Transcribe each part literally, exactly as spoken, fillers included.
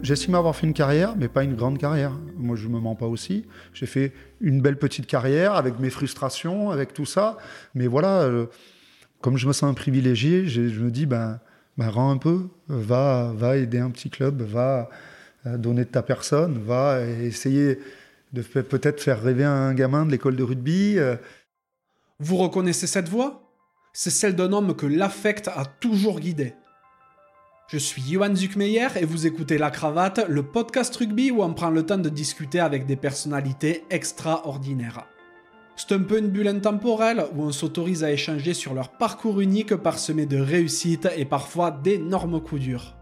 j'estime avoir fait une carrière, mais pas une grande carrière. Moi, je ne me mens pas aussi. J'ai fait une belle petite carrière avec mes frustrations, avec tout ça. Mais voilà, euh, comme je me sens un privilégié, je me dis, ben, ben, rends un peu, va, va aider un petit club, va euh, donner de ta personne, va essayer de peut-être faire rêver un gamin de l'école de rugby. Euh. Vous reconnaissez cette voix ? C'est celle d'un homme que l'affect a toujours guidé. Je suis Johan Zuckmeyer et vous écoutez La Cravate, le podcast rugby où on prend le temps de discuter avec des personnalités extraordinaires. C'est un peu une bulle intemporelle où on s'autorise à échanger sur leur parcours unique parsemé de réussites et parfois d'énormes coups durs.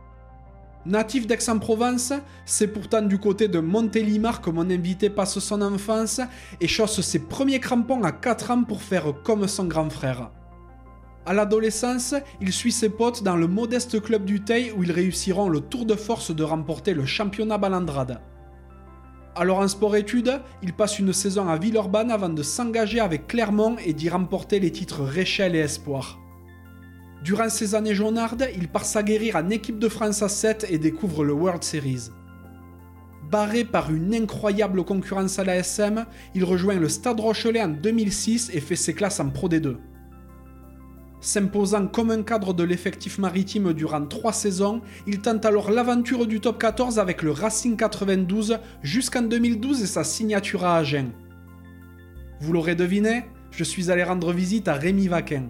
Natif d'Aix-en-Provence, c'est pourtant du côté de Montélimar que mon invité passe son enfance et chausse ses premiers crampons à quatre ans pour faire comme son grand frère. À l'adolescence, il suit ses potes dans le modeste club du Teil où ils réussiront le tour de force de remporter le championnat Balandrade. Alors en sport-études, il passe une saison à Villeurbanne avant de s'engager avec Clermont et d'y remporter les titres Réchelle et Espoir. Durant ces années jaunardes, il part s'aguerrir en équipe de France à sept et découvre le World Series. Barré par une incroyable concurrence à l'A S M, il rejoint le Stade Rochelais en deux mille six et fait ses classes en Pro D deux. S'imposant comme un cadre de l'effectif maritime durant trois saisons, il tente alors l'aventure du top quatorze avec le Racing quatre-vingt-douze jusqu'en deux mille douze et sa signature à Agen. Vous l'aurez deviné, je suis allé rendre visite à Rémi Vaquin.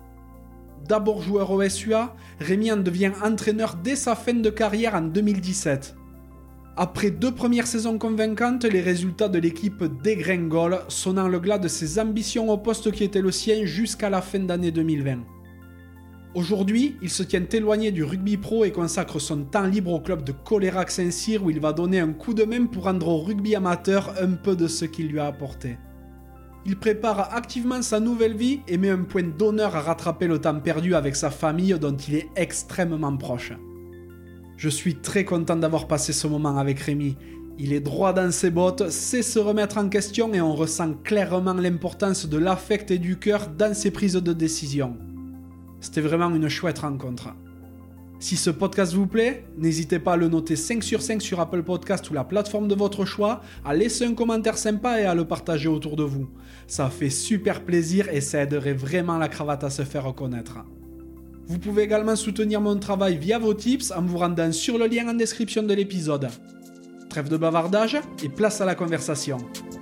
D'abord joueur au S U A, Rémi en devient entraîneur dès sa fin de carrière en deux mille dix-sept. Après deux premières saisons convaincantes, les résultats de l'équipe dégringolent, sonnant le glas de ses ambitions au poste qui était le sien jusqu'à la fin d'année deux mille vingt. Aujourd'hui, il se tient éloigné du rugby pro et consacre son temps libre au club de Colérac-Saint-Cyr où il va donner un coup de main pour rendre au rugby amateur un peu de ce qu'il lui a apporté. Il prépare activement sa nouvelle vie et met un point d'honneur à rattraper le temps perdu avec sa famille dont il est extrêmement proche. Je suis très content d'avoir passé ce moment avec Rémi. Il est droit dans ses bottes, sait se remettre en question et on ressent clairement l'importance de l'affect et du cœur dans ses prises de décision. C'était vraiment une chouette rencontre. Si ce podcast vous plaît, n'hésitez pas à le noter cinq sur cinq sur Apple Podcast ou la plateforme de votre choix, à laisser un commentaire sympa et à le partager autour de vous. Ça fait super plaisir et ça aiderait vraiment La Cravate à se faire reconnaître. Vous pouvez également soutenir mon travail via vos tips en vous rendant sur le lien en description de l'épisode. Trêve de bavardage et place à la conversation.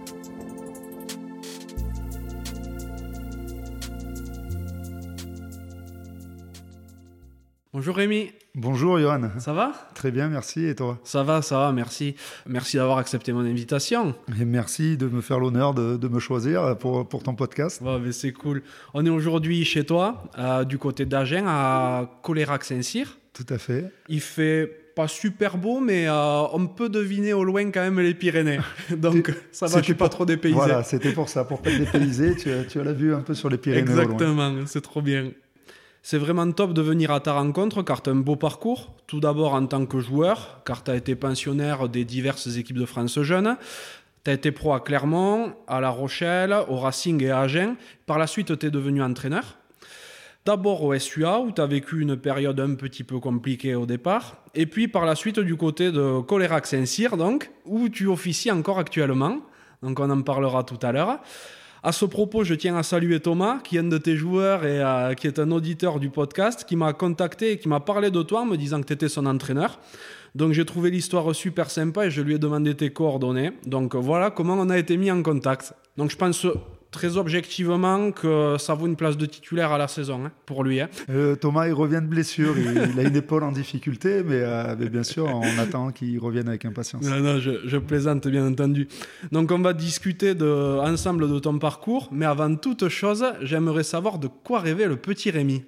Bonjour Rémi. Bonjour Johan. Ça va ? Très bien, merci. Et toi ? Ça va, ça va, merci. Merci d'avoir accepté mon invitation. Et merci de me faire l'honneur de, de me choisir pour, pour ton podcast. Ouais, mais c'est cool. On est aujourd'hui chez toi, euh, du côté d'Agen, à Colérac-Saint-Cyr. Tout à fait. Il fait pas super beau, mais euh, on peut deviner au loin quand même les Pyrénées. Donc ça va, je suis pas trop dépaysé. Voilà, c'était pour ça, pour pas te dépayser. tu, tu as vu un peu sur les Pyrénées. Exactement, c'est trop bien. C'est vraiment top de venir à ta rencontre car tu as un beau parcours. Tout d'abord en tant que joueur, car tu as été pensionnaire des diverses équipes de France jeunes. Tu as été pro à Clermont, à La Rochelle, au Racing et à Agen. Par la suite, tu es devenu entraîneur. D'abord au S U A où tu as vécu une période un petit peu compliquée au départ. Et puis par la suite du côté de Colérac-Saint-Cyr, donc, où tu officies encore actuellement. Donc on en parlera tout à l'heure. À ce propos, je tiens à saluer Thomas, qui est un de tes joueurs et euh, qui est un auditeur du podcast, qui m'a contacté et qui m'a parlé de toi en me disant que tu étais son entraîneur. Donc j'ai trouvé l'histoire super sympa et je lui ai demandé tes coordonnées. Donc voilà comment on a été mis en contact. Donc je pense très objectivement que ça vaut une place de titulaire à la saison hein, pour lui. Hein. Euh, Thomas, il revient de blessure. Il, il a une épaule en difficulté, mais, euh, mais bien sûr, on attend qu'il revienne avec impatience. Non, non, je, je plaisante, bien entendu. Donc, on va discuter de, ensemble de ton parcours, mais avant toute chose, j'aimerais savoir de quoi rêvait le petit Rémi.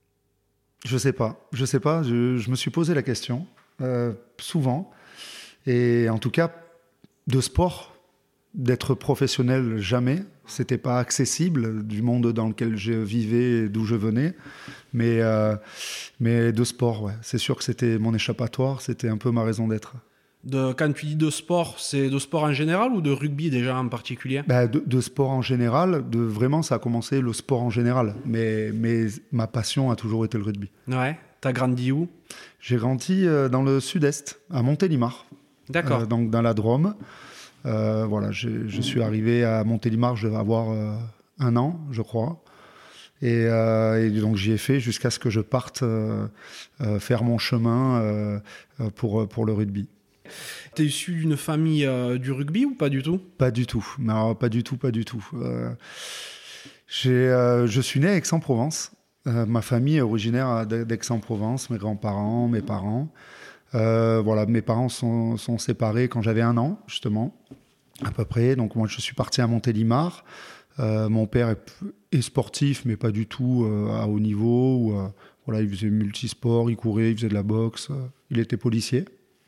Je sais pas. Je sais pas. Je, je me suis posé la question euh, souvent. Et en tout cas, de sport, d'être professionnel, jamais. C'était pas accessible du monde dans lequel je vivais et d'où je venais. Mais, euh, mais de sport, ouais. C'est sûr que c'était mon échappatoire. C'était un peu ma raison d'être. De, quand tu dis de sport, c'est de sport en général ou de rugby déjà en particulier ? Bah de, de sport en général. De, vraiment, ça a commencé le sport en général. Mais, mais ma passion a toujours été le rugby. Ouais. T'as grandi où ? J'ai grandi euh, dans le sud-est, à Montélimar. D'accord. Euh, donc dans la Drôme. Euh, voilà, je, je suis arrivé à Montélimar, je devais avoir euh, un an, je crois. Et, euh, et donc j'y ai fait jusqu'à ce que je parte euh, euh, faire mon chemin euh, pour, pour le rugby. T'es issu d'une famille euh, du rugby ou pas du tout ? Pas du tout, non, pas du tout, pas du tout. Euh, j'ai, euh, je suis né à Aix-en-Provence. Euh, ma famille est originaire d'Aix-en-Provence, mes grands-parents, mes parents. Euh, voilà, mes parents sont, sont séparés quand j'avais un an, justement, à peu près. Donc moi, je suis parti à Montélimar. Euh, mon père est, est sportif, mais pas du tout euh, à haut niveau. Où, euh, voilà, il faisait multisport, il courait, il faisait de la boxe. Euh, il était policier.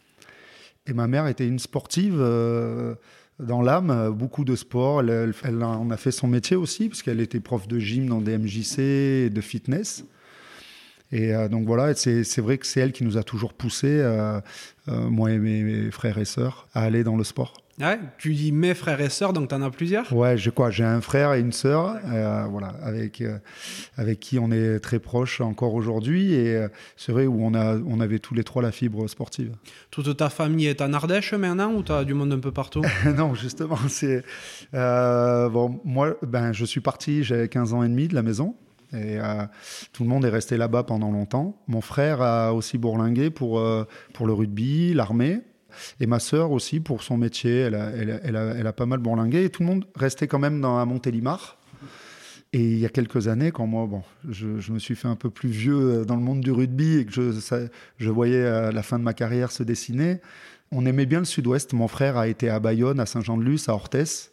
Et ma mère était une sportive euh, dans l'âme, beaucoup de sport. Elle, elle, elle en a fait son métier aussi, parce qu'elle était prof de gym dans des M J C et de fitness. Et euh, donc voilà, c'est, c'est vrai que c'est elle qui nous a toujours poussés, euh, euh, moi et mes, mes frères et sœurs, à aller dans le sport. Ouais, tu dis mes frères et sœurs, donc t'en as plusieurs ? Ouais, j'ai quoi ? J'ai un frère et une sœur, euh, voilà, avec euh, avec qui on est très proches encore aujourd'hui. Et euh, c'est vrai où on a on avait tous les trois la fibre sportive. Toute ta famille est en Ardèche maintenant ou t'as du monde un peu partout ? Non, justement, c'est euh, bon. Moi, ben, je suis parti, j'avais quinze ans et demi de la maison. Et euh, tout le monde est resté là-bas pendant longtemps. Mon frère a aussi bourlingué pour, euh, pour le rugby, l'armée. Et ma sœur aussi pour son métier. Elle a, elle, a, elle, a, elle a pas mal bourlingué. Et tout le monde restait quand même dans, à Montélimar. Et il y a quelques années, quand moi, bon, je, je me suis fait un peu plus vieux dans le monde du rugby et que je, ça, je voyais la fin de ma carrière se dessiner, on aimait bien le sud-ouest. Mon frère a été à Bayonne, à Saint-Jean-de-Luz, à Orthez.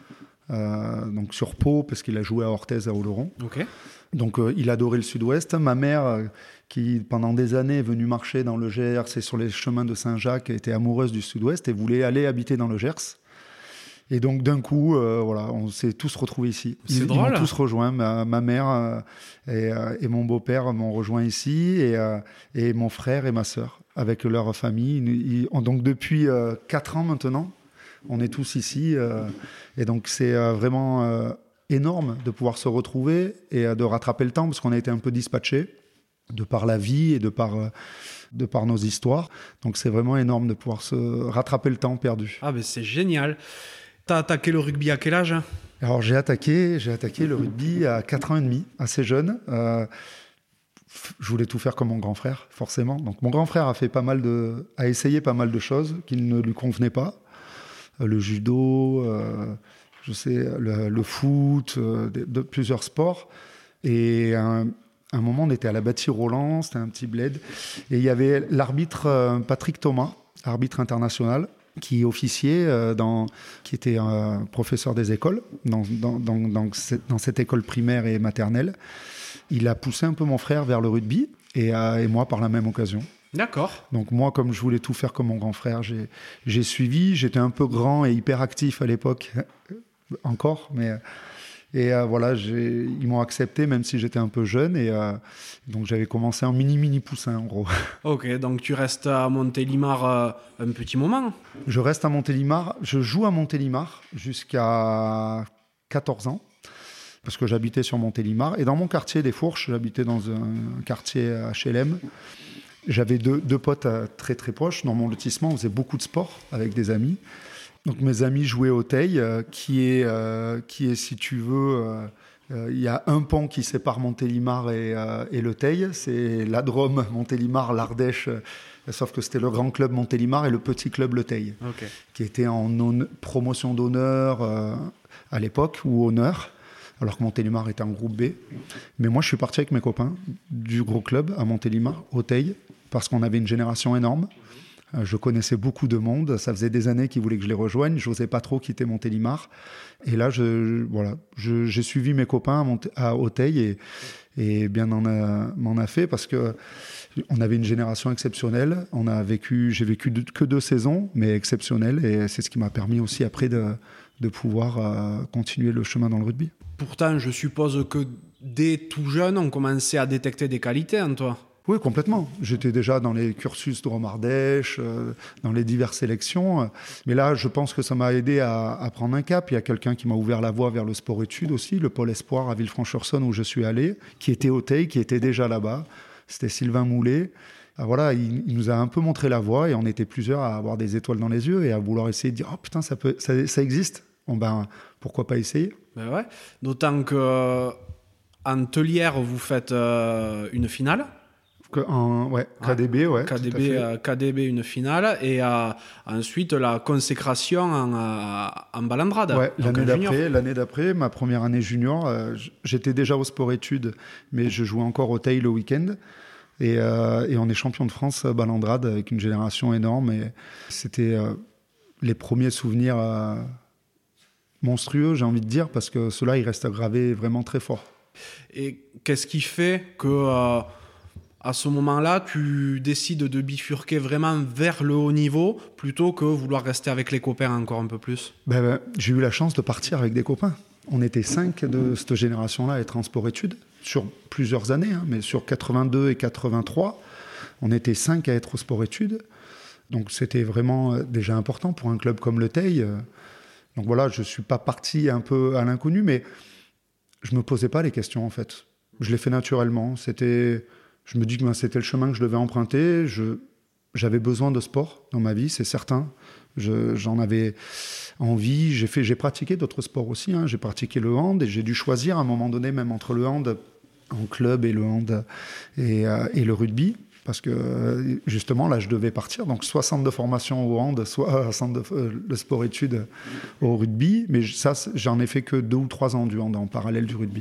Euh, donc sur Pau, parce qu'il a joué à Orthez, à Oloron. Ok. Donc euh, il adorait le sud-ouest. Ma mère, euh, qui pendant des années est venue marcher dans le Gers et sur les chemins de Saint-Jacques, était amoureuse du sud-ouest et voulait aller habiter dans le Gers. Et donc d'un coup, euh, voilà, on s'est tous retrouvés ici. C'est ils, drôle. Ils m'ont tous rejoints. Ma, ma mère euh, et, euh, et mon beau-père m'ont rejoint ici, et, euh, et mon frère et ma sœur avec leur famille. Ils, ils, donc depuis euh, quatre ans maintenant, on est tous ici. Euh, et donc c'est euh, vraiment euh, énorme de pouvoir se retrouver et euh, de rattraper le temps, parce qu'on a été un peu dispatchés de par la vie et de par, euh, de par nos histoires. Donc c'est vraiment énorme de pouvoir se rattraper le temps perdu. Ah ben c'est génial. T'as attaqué le rugby à quel âge ? Alors j'ai attaqué, j'ai attaqué le rugby à quatre ans et demi, assez jeune. Euh, je voulais tout faire comme mon grand frère, forcément. Donc mon grand frère a fait pas mal de, a essayé pas mal de choses qui ne lui convenaient pas. Euh, le judo, euh, je sais, le, le foot, euh, de, de plusieurs sports. Et un, un moment, on était à la Bâtie Roland, c'était un petit bled, et il y avait l'arbitre euh, Patrick Thomas, arbitre international, qui officiait, euh, dans, qui était un professeur des écoles, dans, dans, dans, dans, cette, dans cette école primaire et maternelle. Il a poussé un peu mon frère vers le rugby, et, euh, et moi par la même occasion. D'accord. Donc moi, comme je voulais tout faire comme mon grand frère, j'ai, j'ai suivi. J'étais un peu grand et hyper actif à l'époque, encore, mais... Et euh, voilà, j'ai, ils m'ont accepté même si j'étais un peu jeune. Et euh, donc j'avais commencé en mini-mini poussin en gros. Ok, donc tu restes à Montélimar euh, un petit moment. Je reste à Montélimar. Je joue à Montélimar jusqu'à quatorze ans. Parce que j'habitais sur Montélimar. Et dans mon quartier des Fourches, j'habitais dans un quartier H L M. J'avais deux, deux potes très très proches. Dans mon lotissement, on faisait beaucoup de sport avec des amis. Donc mes amis jouaient au Teil, euh, qui est, euh, qui est, si tu veux, euh, euh, il y a un pont qui sépare Montélimar et, euh, et le Teil. C'est la Drôme, Montélimar, l'Ardèche, euh, sauf que c'était le grand club Montélimar et le petit club le Teil, Okay. qui était en on- promotion d'honneur euh, à l'époque, ou honneur, alors que Montélimar était en groupe B. Mais moi, je suis parti avec mes copains du gros club à Montélimar, au Teil, parce qu'on avait une génération énorme. Je connaissais beaucoup de monde. Ça faisait des années qu'ils voulaient que je les rejoigne. Je n'osais pas trop quitter Montélimar. Et là, je, voilà, je, j'ai suivi mes copains à, Monté, à Auteuil et, et bien on a, m'en a fait parce qu'on avait une génération exceptionnelle. On a vécu, j'ai vécu de, que deux saisons, mais exceptionnelles. Et c'est ce qui m'a permis aussi après de, de pouvoir euh, continuer le chemin dans le rugby. Pourtant, je suppose que dès tout jeune, on commençait à détecter des qualités en toi. Oui, complètement. J'étais déjà dans les cursus de Drôme-Ardèche, euh, dans les diverses sélections. Mais là, je pense que ça m'a aidé à, à prendre un cap. Il y a quelqu'un qui m'a ouvert la voie vers le sport-études aussi, le pôle espoir à Villefranche-sur-Saône où je suis allé, qui était au Teil, qui était déjà là-bas. C'était Sylvain Moulet. Ah, voilà, il, il nous a un peu montré la voie et on était plusieurs à avoir des étoiles dans les yeux et à vouloir essayer de dire « Oh putain, ça, peut, ça, ça existe !» Bon ben, pourquoi pas essayer ? Ben ouais. D'autant qu'en Tellière, vous faites euh, une finale. Que en, ouais, K D B, ouais. K D B, euh, K D B, une finale. Et euh, ensuite, la consécration en, euh, en balandrade. Ouais, l'année d'après, l'année d'après, ma première année junior, euh, j'étais déjà au sport-études, mais je jouais encore au tail le week-end. Et, euh, et on est champion de France balandrade avec une génération énorme. Et c'était euh, les premiers souvenirs euh, monstrueux, j'ai envie de dire, parce que ceux-là, ils restent gravés vraiment très fort. Et qu'est-ce qui fait que... Euh, à ce moment-là, tu décides de bifurquer vraiment vers le haut niveau plutôt que vouloir rester avec les copains encore un peu plus ? Ben, ben, j'ai eu la chance de partir avec des copains. On était cinq de cette génération-là à être en sport-études sur plusieurs années, hein, mais sur quatre-vingt-deux et quatre-vingt-trois, on était cinq à être au sport-études. Donc c'était vraiment déjà important pour un club comme le Teil. Donc voilà, je ne suis pas parti un peu à l'inconnu, mais je ne me posais pas les questions en fait. Je l'ai fait naturellement. C'était... Je me dis que ben, c'était le chemin que je devais emprunter. Je, j'avais besoin de sport dans ma vie, c'est certain. Je, j'en avais envie. J'ai, fait, j'ai pratiqué d'autres sports aussi. Hein. J'ai pratiqué le hand et j'ai dû choisir à un moment donné, même entre le hand en club et le hand et, euh, et le rugby. Parce que justement, là, je devais partir. Donc, soit centre de formation au hand, soit centre de euh, le sport-études au rugby. Mais ça, j'en ai fait que deux ou trois ans du hand en parallèle du rugby.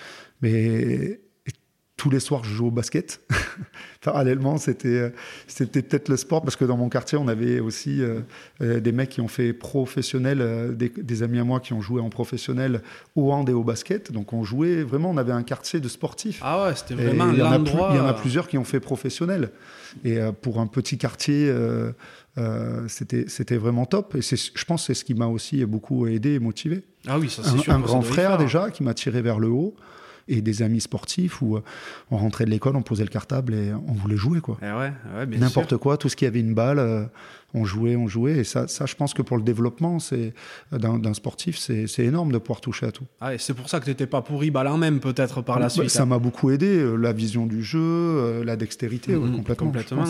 Mais... tous les soirs, je jouais au basket. Parallèlement, c'était, c'était peut-être le sport, parce que dans mon quartier, on avait aussi euh, des mecs qui ont fait professionnel, euh, des, des amis à moi qui ont joué en professionnel au hand et au basket. Donc, on jouait vraiment, on avait un quartier de sportifs. Ah ouais, c'était vraiment il y l'endroit... Il y en a plusieurs qui ont fait professionnel. Et euh, pour un petit quartier, euh, euh, c'était, c'était vraiment top. Et c'est, je pense que c'est ce qui m'a aussi beaucoup aidé et motivé. Ah oui, ça c'est un, sûr. Un grand frère, déjà, qui m'a tiré vers le haut. Et des amis sportifs où on rentrait de l'école, on posait le cartable et on voulait jouer, quoi. Eh ouais, ouais, bien N'importe sûr. quoi, tout ce qui avait une balle, euh, on jouait, on jouait. Et ça, ça, je pense que pour le développement c'est, d'un, d'un sportif, c'est, c'est énorme de pouvoir toucher à tout. Ah, et c'est pour ça que tu n'étais pas pourri balle en même, peut-être, par la bah, suite. Ça hein. m'a beaucoup aidé, euh, la vision du jeu, euh, la dextérité, mmh, ouais, complètement. complètement.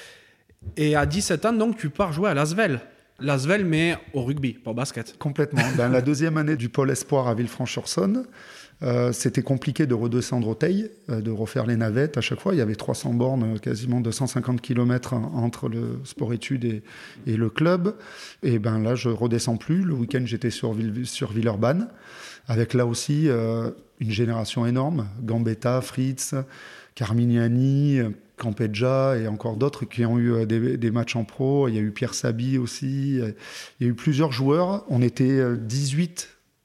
Et à dix-sept ans, donc, tu pars jouer à L'Asvel. L'Asvel, mais au rugby, pas au basket. Complètement. Dans la deuxième année du pôle espoir à Villefranche-sur-Saône, Euh, c'était compliqué de redescendre au Teil, euh, de refaire les navettes à chaque fois. Il y avait trois cents bornes, quasiment deux cent cinquante kilomètres hein, entre le sport-études et, et le club. Et ben là, je redescends plus. Le week-end, j'étais sur, Ville, sur Villeurbanne, avec là aussi euh, une génération énorme. Gambetta, Fritz, Carmignani, Campeggia et encore d'autres qui ont eu des, des matchs en pro. Il y a eu Pierre Sabi aussi. Il y a eu plusieurs joueurs. On était dix-huit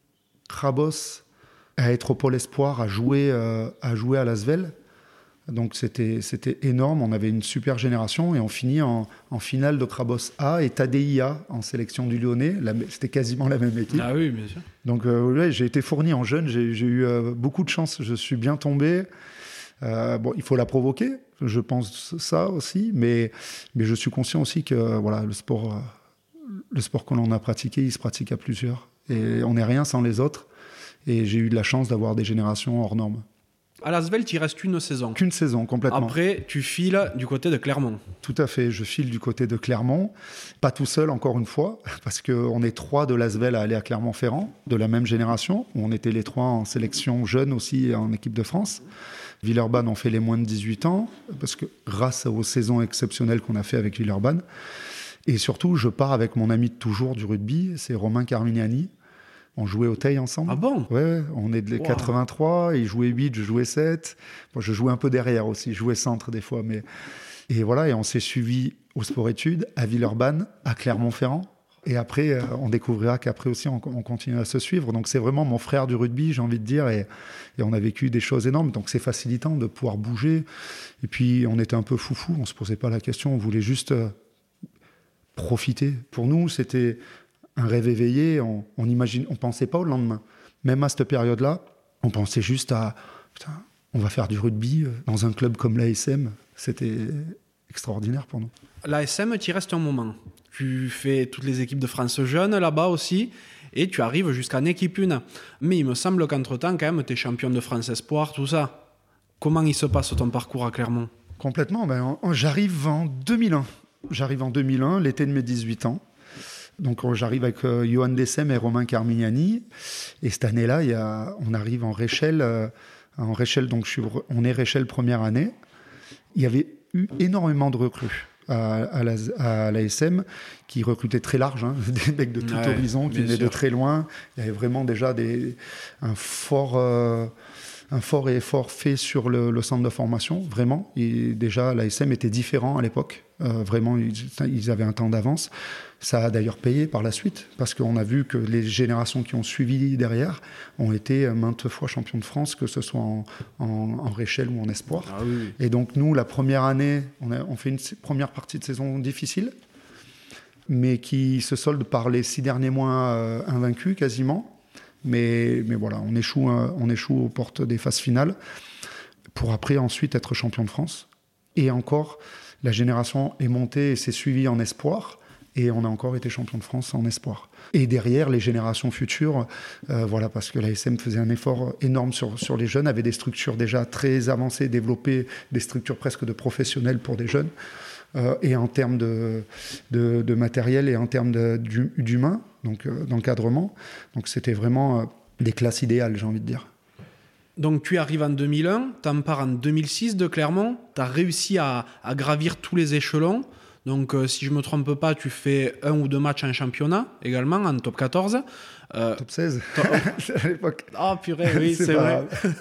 Crabos à être au Pôle Espoir, à jouer, euh, à jouer à L'Asvel. Donc c'était, c'était énorme, on avait une super génération et on finit en, en finale de Crabos A et Tadei A en sélection du Lyonnais. La, c'était quasiment la même équipe. Ah oui, bien sûr. Donc euh, ouais, j'ai été fourni en jeune, j'ai, j'ai eu euh, beaucoup de chance, je suis bien tombé. Euh, bon, il faut la provoquer, je pense ça aussi, mais, mais je suis conscient aussi que voilà, le sport, euh, le sport que l'on a pratiqué, il se pratique à plusieurs. Et on n'est rien sans les autres. Et j'ai eu de la chance d'avoir des générations hors normes. À L'Asvel, tu y restes qu'une saison. Qu'une saison, complètement. Après, tu files du côté de Clermont. Tout à fait, je file du côté de Clermont. Pas tout seul, encore une fois, parce qu'on est trois de L'Asvel à aller à Clermont-Ferrand, de la même génération. On était les trois en sélection jeune aussi, en équipe de France. Villeurbanne, on fait les moins de dix-huit ans, parce que grâce aux saisons exceptionnelles qu'on a fait avec Villeurbanne. Et surtout, je pars avec mon ami de toujours du rugby, c'est Romain Carmignani. On jouait au Teil ensemble. Ah bon ? Ouais, on est de wow. quatre-vingt-trois, il jouait huit, je jouais sept. Bon, je jouais un peu derrière aussi, je jouais centre des fois. Mais... Et voilà, et on s'est suivis au sport-études, à Villeurbanne, à Clermont-Ferrand. Et après, euh, on découvrira qu'après aussi, on, on continue à se suivre. Donc c'est vraiment mon frère du rugby, j'ai envie de dire. Et, et on a vécu des choses énormes. Donc c'est facilitant de pouvoir bouger. Et puis, on était un peu foufou, on ne se posait pas la question. On voulait juste euh, profiter. Pour nous, c'était... un rêve éveillé, on on imagine, on pensait pas au lendemain. Même à cette période-là, on pensait juste à putain, on va faire du rugby dans un club comme l'A S M. C'était extraordinaire pour nous. L'A S M, tu y restes un moment. Tu fais toutes les équipes de France jeunes là-bas aussi, et tu arrives jusqu'en équipe une. Mais il me semble qu'entre-temps, quand même, tu es champion de France Espoir, tout ça. Comment il se passe ton parcours à Clermont ? Complètement. Ben, j'arrive en deux mille un. J'arrive en deux mille un, l'été de mes dix-huit ans. Donc j'arrive avec euh, Johan Dessem et Romain Carmignani. Et cette année-là, il y a, on arrive en Réchelle. Euh, en Réchelle, donc je suis, on est Réchelle première année. Il y avait eu énormément de recrues à, à, la, à l'A S M qui recrutaient très large, hein, des mecs de tout ouais, horizon qui venaient sûr. de très loin. Il y avait vraiment déjà des, un fort... Euh, un fort effort fait sur le, le centre de formation, vraiment. Et déjà, l'A S M était différent à l'époque. Euh, vraiment, ils, ils avaient un temps d'avance. Ça a d'ailleurs payé par la suite, parce qu'on a vu que les générations qui ont suivi derrière ont été maintes fois champions de France, que ce soit en, en, en Réchelle ou en Espoir. Ah oui, oui. Et donc, nous, la première année, on, a, on fait une première partie de saison difficile, mais qui se solde par les six derniers mois euh, invaincus, quasiment. Mais, mais voilà, on échoue, on échoue aux portes des phases finales pour après ensuite être champion de France. Et encore, la génération est montée et s'est suivie en espoir. Et on a encore été champion de France en espoir. Et derrière, les générations futures, euh, voilà, parce que l'A S M faisait un effort énorme sur, sur les jeunes, avait des structures déjà très avancées, développées, des structures presque de professionnels pour des jeunes. Euh, et en termes de, de, de matériel et en termes de, d'humain, donc euh, d'encadrement. Donc c'était vraiment euh, des classes idéales, j'ai envie de dire. Donc tu arrives en deux mille un, tu en pars en deux mille six de Clermont, tu as réussi à, à gravir tous les échelons. Donc euh, si je ne me trompe pas, tu fais un ou deux matchs en championnat également, en top quatorze. Euh, top seize, top... à l'époque. Ah oh, purée, oui, c'est, c'est vrai.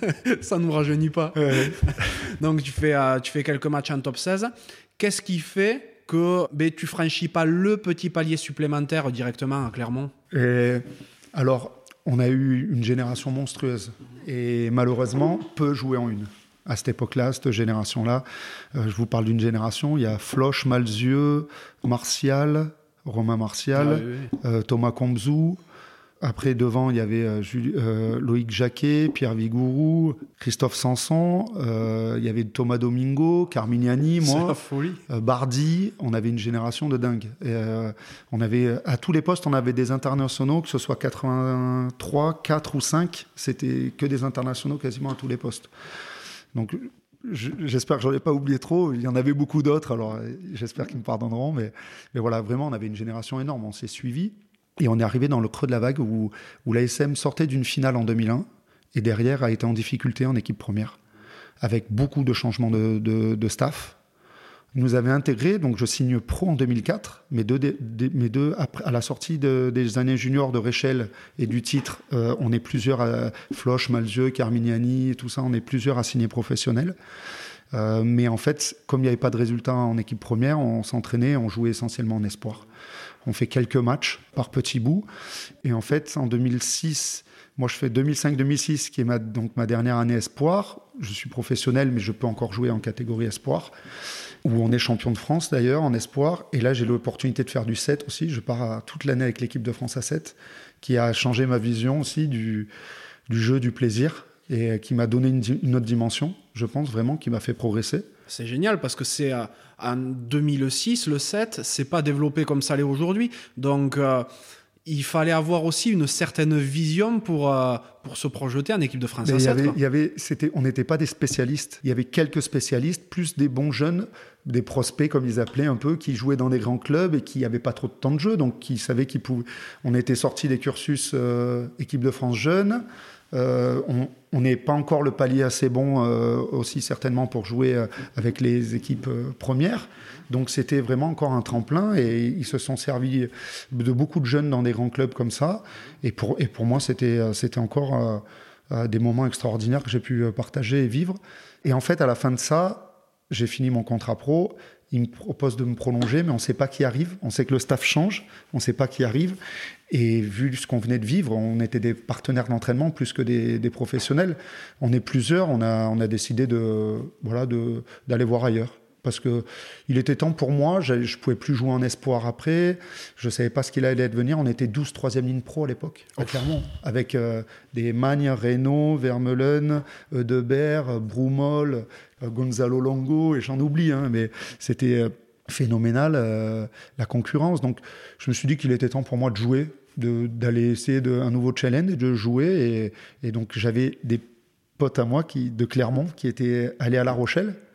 Ça ne nous rajeunit pas. Ouais. Donc tu fais, euh, tu fais quelques matchs en top seize. Qu'est-ce qui fait que ben, tu ne franchis pas le petit palier supplémentaire directement à Clermont ? Et alors, on a eu une génération monstrueuse et malheureusement, peu joué en une. À cette époque-là, cette génération-là, euh, je vous parle d'une génération, il y a Floch, Malzieu, Martial, Romain Martial, ah, oui, oui. Euh, Thomas Combzou. Après, devant, il y avait euh, Julie, euh, Loïc Jacquet, Pierre Vigourou, Christophe Sanson, euh, il y avait Thomas Domingo, Carmignani, moi, c'est la folie. Euh, Bardi. On avait une génération de dingue. Et, euh, on avait, à tous les postes, on avait des internationaux, que ce soit quatre-vingt-trois, quatre ou cinq. C'était que des internationaux quasiment à tous les postes. Donc, j'espère que j'en ai pas oublié trop. Il y en avait beaucoup d'autres, alors j'espère qu'ils me pardonneront. Mais, mais voilà, vraiment, on avait une génération énorme. On s'est suivis. Et on est arrivé dans le creux de la vague où, où l'A S M sortait d'une finale en deux mille un et derrière a été en difficulté en équipe première, avec beaucoup de changements de, de, de staff. Ils nous avaient intégrés, donc je signe pro en deux mille quatre, mes deux, des, mes deux après, à la sortie de, des années juniors de Réchelle et du titre, euh, on est plusieurs, à Floch, Malzieu, Carmignani, et tout ça, on est plusieurs à signer professionnels. Euh, mais en fait, comme il n'y avait pas de résultats en équipe première, on s'entraînait, on jouait essentiellement en espoir. On fait quelques matchs par petits bouts. Et en fait, en deux mille six, moi je fais deux mille cinq deux mille six, qui est ma, donc ma dernière année espoir. Je suis professionnel, mais je peux encore jouer en catégorie espoir, où on est champion de France d'ailleurs, en espoir. Et là, j'ai l'opportunité de faire du sept aussi. Je pars à, toute l'année avec l'équipe de France à sept, qui a changé ma vision aussi du, du jeu, du plaisir, et qui m'a donné une, une autre dimension, je pense vraiment, qui m'a fait progresser. C'est génial parce que c'est euh, en deux mille six, le sept, c'est pas développé comme ça l'est aujourd'hui. Donc, euh, il fallait avoir aussi une certaine vision pour, euh, pour se projeter en équipe de France à sept. Il y avait, c'était, on n'était pas des spécialistes. Il y avait quelques spécialistes, plus des bons jeunes, des prospects, comme ils appelaient un peu, qui jouaient dans des grands clubs et qui n'avaient pas trop de temps de jeu. Donc, qui savaient qu'ils pouvaient. On était sortis des cursus euh, équipe de France jeunes. Euh, on n'est pas encore le palier assez bon euh, aussi certainement pour jouer euh, avec les équipes euh, premières. Donc c'était vraiment encore un tremplin et ils se sont servis de beaucoup de jeunes dans des grands clubs comme ça. Et pour, et pour moi, c'était, c'était encore euh, des moments extraordinaires que j'ai pu partager et vivre. Et en fait, à la fin de ça, j'ai fini mon contrat pro. Ils me proposent de me prolonger, mais on ne sait pas qui arrive. On sait que le staff change, on ne sait pas qui arrive. Et vu ce qu'on venait de vivre, on était des partenaires d'entraînement plus que des, des professionnels. On est plusieurs, on a, on a décidé de, voilà, de, d'aller voir ailleurs. Parce qu'il était temps pour moi, je ne pouvais plus jouer en espoir après, je ne savais pas ce qu'il allait devenir. On était douze troisième ligne pro à l'époque, à Clermont, avec euh, des Magne, Reynaud, Vermeulen, Eudebert, Broumol, euh, Gonzalo Longo, et j'en oublie, hein, mais c'était euh, phénoménal, euh, la concurrence. Donc je me suis dit qu'il était temps pour moi de jouer, de, d'aller essayer de, un nouveau challenge et de jouer. Et, et donc j'avais des potes à moi qui, de Clermont qui étaient allés à La Rochelle,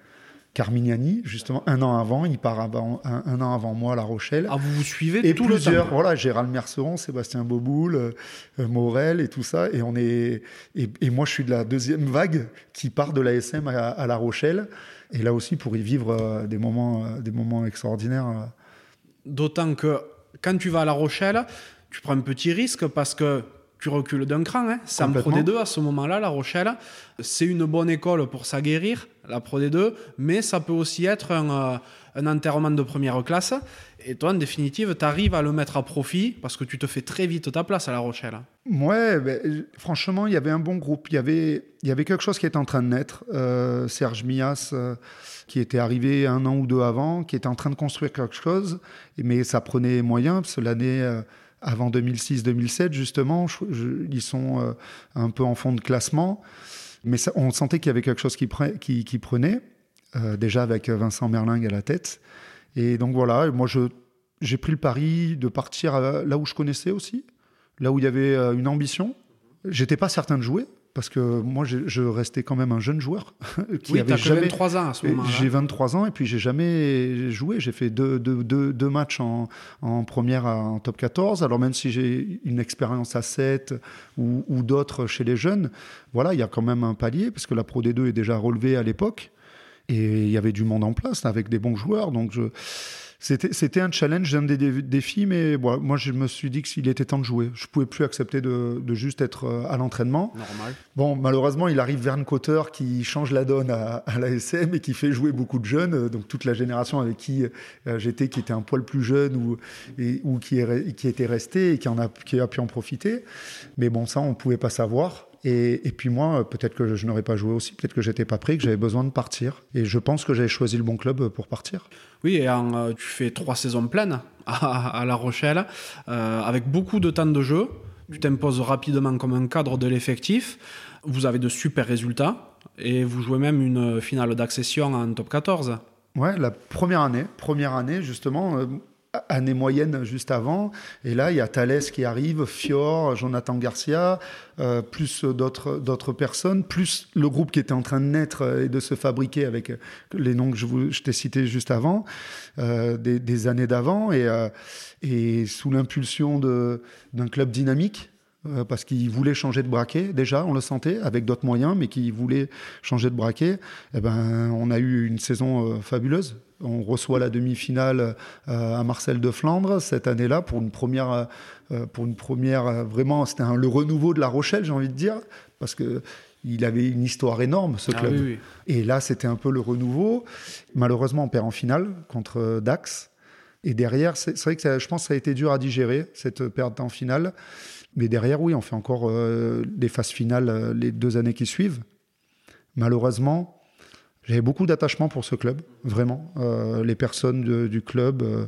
Carmignani, justement, un an avant. Il part avant, un, un an avant moi à La Rochelle. Ah, vous vous suivez et tout plusieurs, le temps. voilà, Gérald Merceron, Sébastien Boboul, euh, Morel et tout ça. Et, on est, et, et moi, je suis de la deuxième vague qui part de l'A S M à, à La Rochelle. Et là aussi, pour y vivre euh, des, moments, euh, des moments extraordinaires. Euh. D'autant que quand tu vas à La Rochelle, tu prends un petit risque parce que tu recules d'un cran. Hein. C'est en Pro D deux à ce moment-là, La Rochelle. C'est une bonne école pour s'aguerrir, la Pro D deux, mais ça peut aussi être un, euh, un enterrement de première classe. Et toi, en définitive, tu arrives à le mettre à profit parce que tu te fais très vite ta place à La Rochelle. Ouais, ben, franchement, il y avait un bon groupe. Il y avait, il y avait quelque chose qui était en train de naître. Euh, Serge Mias, euh, qui était arrivé un an ou deux avant, qui était en train de construire quelque chose, mais ça prenait moyen, parce que l'année... Euh, avant deux mille six deux mille sept, justement, je, je, ils sont euh, un peu en fond de classement. Mais ça, on sentait qu'il y avait quelque chose qui, pre, qui, qui prenait, euh, déjà avec Vincent Merlingue à la tête. Et donc voilà, moi, je, j'ai pris le pari de partir à, là où je connaissais aussi, là où il y avait euh, une ambition. J'étais pas certain de jouer, parce que moi, je, je restais quand même un jeune joueur. Qui oui, avait t'as jamais... que vingt-trois ans à ce moment-là. J'ai vingt-trois ans et puis j'ai jamais joué. J'ai fait deux, deux, deux, deux matchs en, en première en top quatorze. Alors même si j'ai une expérience à sept ou, ou d'autres chez les jeunes, voilà, il y a quand même un palier, parce que la Pro D deux est déjà relevée à l'époque. Et il y avait du monde en place avec des bons joueurs. Donc je... C'était, c'était un challenge, un des défis, mais bon, moi je me suis dit qu'il était temps de jouer. Je ne pouvais plus accepter de, de juste être à l'entraînement. Normal. Bon, malheureusement, il arrive Verne Cotter qui change la donne à, à l'A S M et qui fait jouer beaucoup de jeunes. Donc toute la génération avec qui euh, j'étais, qui était un poil plus jeune ou, et, ou qui, est, qui était resté et qui, en a, qui a pu en profiter. Mais bon, ça, on ne pouvait pas savoir. Et, et puis moi, peut-être que je n'aurais pas joué aussi, peut-être que j'étais pas prêt, que j'avais besoin de partir. Et je pense que j'avais choisi le bon club pour partir. Oui, et en, euh, tu fais trois saisons pleines à, à La Rochelle, euh, avec beaucoup de temps de jeu. Tu t'imposes rapidement comme un cadre de l'effectif. Vous avez de super résultats et vous jouez même une finale d'accession en top quatorze. Ouais, la première année, première année justement. Euh... année moyenne juste avant, et là il y a Thalès qui arrive, Fior, Jonathan Garcia, euh, plus d'autres, d'autres personnes, plus le groupe qui était en train de naître et de se fabriquer avec les noms que je, vous, je t'ai cités juste avant, euh, des, des années d'avant, et, euh, et sous l'impulsion de, d'un club dynamique, euh, parce qu'il voulait changer de braquet, déjà on le sentait, avec d'autres moyens, mais qu'il voulait changer de braquet, et ben, on a eu une saison euh, fabuleuse. On reçoit la demi-finale euh, à Marcel de Flandre cette année-là pour une première, euh, pour une première euh, vraiment, c'était un, le renouveau de La Rochelle, j'ai envie de dire, parce que il avait une histoire énorme, ce club. Ah, oui, oui. Et là, c'était un peu le renouveau. Malheureusement, on perd en finale contre Dax. Et derrière, c'est, c'est vrai que ça, je pense que ça a été dur à digérer, cette perte en finale. Mais derrière, oui, on fait encore euh, des phases finales euh, les deux années qui suivent. Malheureusement, j'avais beaucoup d'attachement pour ce club, vraiment. Euh, les personnes de, du club, euh,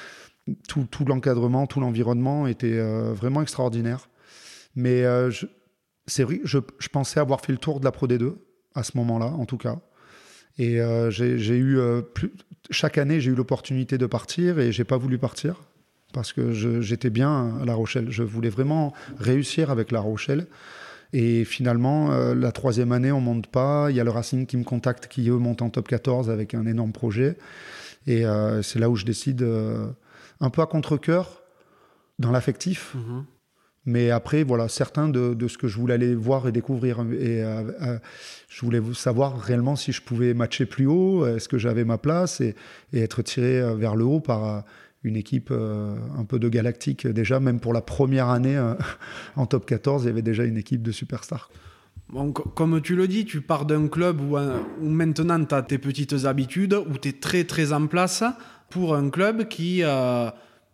tout, tout l'encadrement, tout l'environnement était euh, vraiment extraordinaire. Mais euh, je, c'est vrai, je, je pensais avoir fait le tour de la Pro D deux, à ce moment-là, en tout cas. Et euh, j'ai, j'ai eu, euh, plus, chaque année, j'ai eu l'opportunité de partir et je n'ai pas voulu partir parce que je, j'étais bien à La Rochelle. Je voulais vraiment réussir avec La Rochelle. Et finalement, euh, la troisième année, on ne monte pas. Il y a le Racing qui me contacte, qui eux montent en top quatorze avec un énorme projet. Et euh, c'est là où je décide, euh, un peu à contre-cœur, dans l'affectif. Mmh. Mais après, voilà, certain de, de ce que je voulais aller voir et découvrir. Et euh, euh, je voulais savoir réellement si je pouvais matcher plus haut, est-ce que j'avais ma place et, et être tiré vers le haut par... Euh, une équipe euh, un peu de galactique déjà, même pour la première année euh, en top quatorze, il y avait déjà une équipe de superstars. Bon, comme tu le dis, tu pars d'un club où, où maintenant tu as tes petites habitudes, où tu es très très en place pour un club qui euh,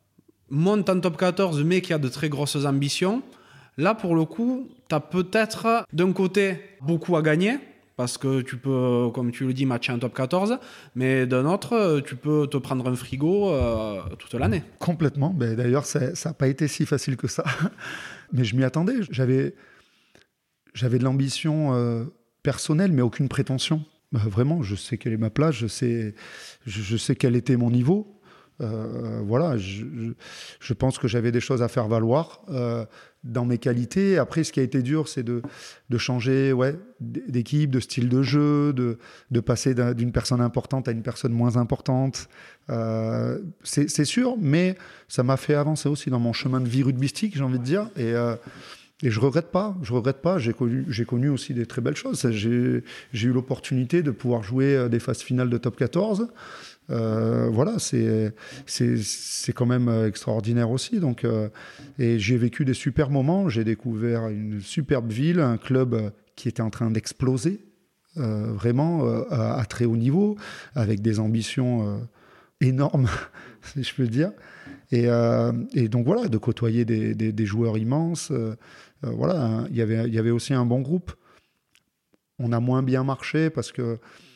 monte en top quatorze mais qui a de très grosses ambitions. Là, pour le coup, tu as peut-être d'un côté beaucoup à gagner, parce que tu peux, comme tu le dis, matcher en top quatorze, mais d'un autre, tu peux te prendre un frigo euh, toute l'année. Complètement. Ben, d'ailleurs, ça n'a pas été si facile que ça. Mais je m'y attendais. J'avais, j'avais de l'ambition euh, personnelle, mais aucune prétention. Ben, vraiment, je sais quelle est ma place, je sais, je, je sais quel était mon niveau. Euh, voilà, je, je pense que j'avais des choses à faire valoir euh, dans mes qualités. Après, ce qui a été dur, c'est de, de changer ouais, d'équipe, de style de jeu, de, de passer d'une personne importante à une personne moins importante. Euh, c'est, c'est sûr, mais ça m'a fait avancer aussi dans mon chemin de vie rugbystique, j'ai envie de dire. Et, euh, et je regrette pas. Je regrette pas. J'ai connu, j'ai connu aussi des très belles choses. J'ai, j'ai eu l'opportunité de pouvoir jouer des phases finales de top quatorze. Euh, voilà, c'est, c'est, c'est quand même extraordinaire aussi. Donc, euh, et j'ai vécu des super moments. J'ai découvert une superbe ville, un club qui était en train d'exploser, euh, vraiment euh, à, à très haut niveau, avec des ambitions euh, énormes, si je peux le dire. Et, euh, et donc voilà, de côtoyer des, des, des joueurs immenses. Euh, euh, voilà, hein, y avait, il y avait aussi un bon groupe. On a moins bien marché parce que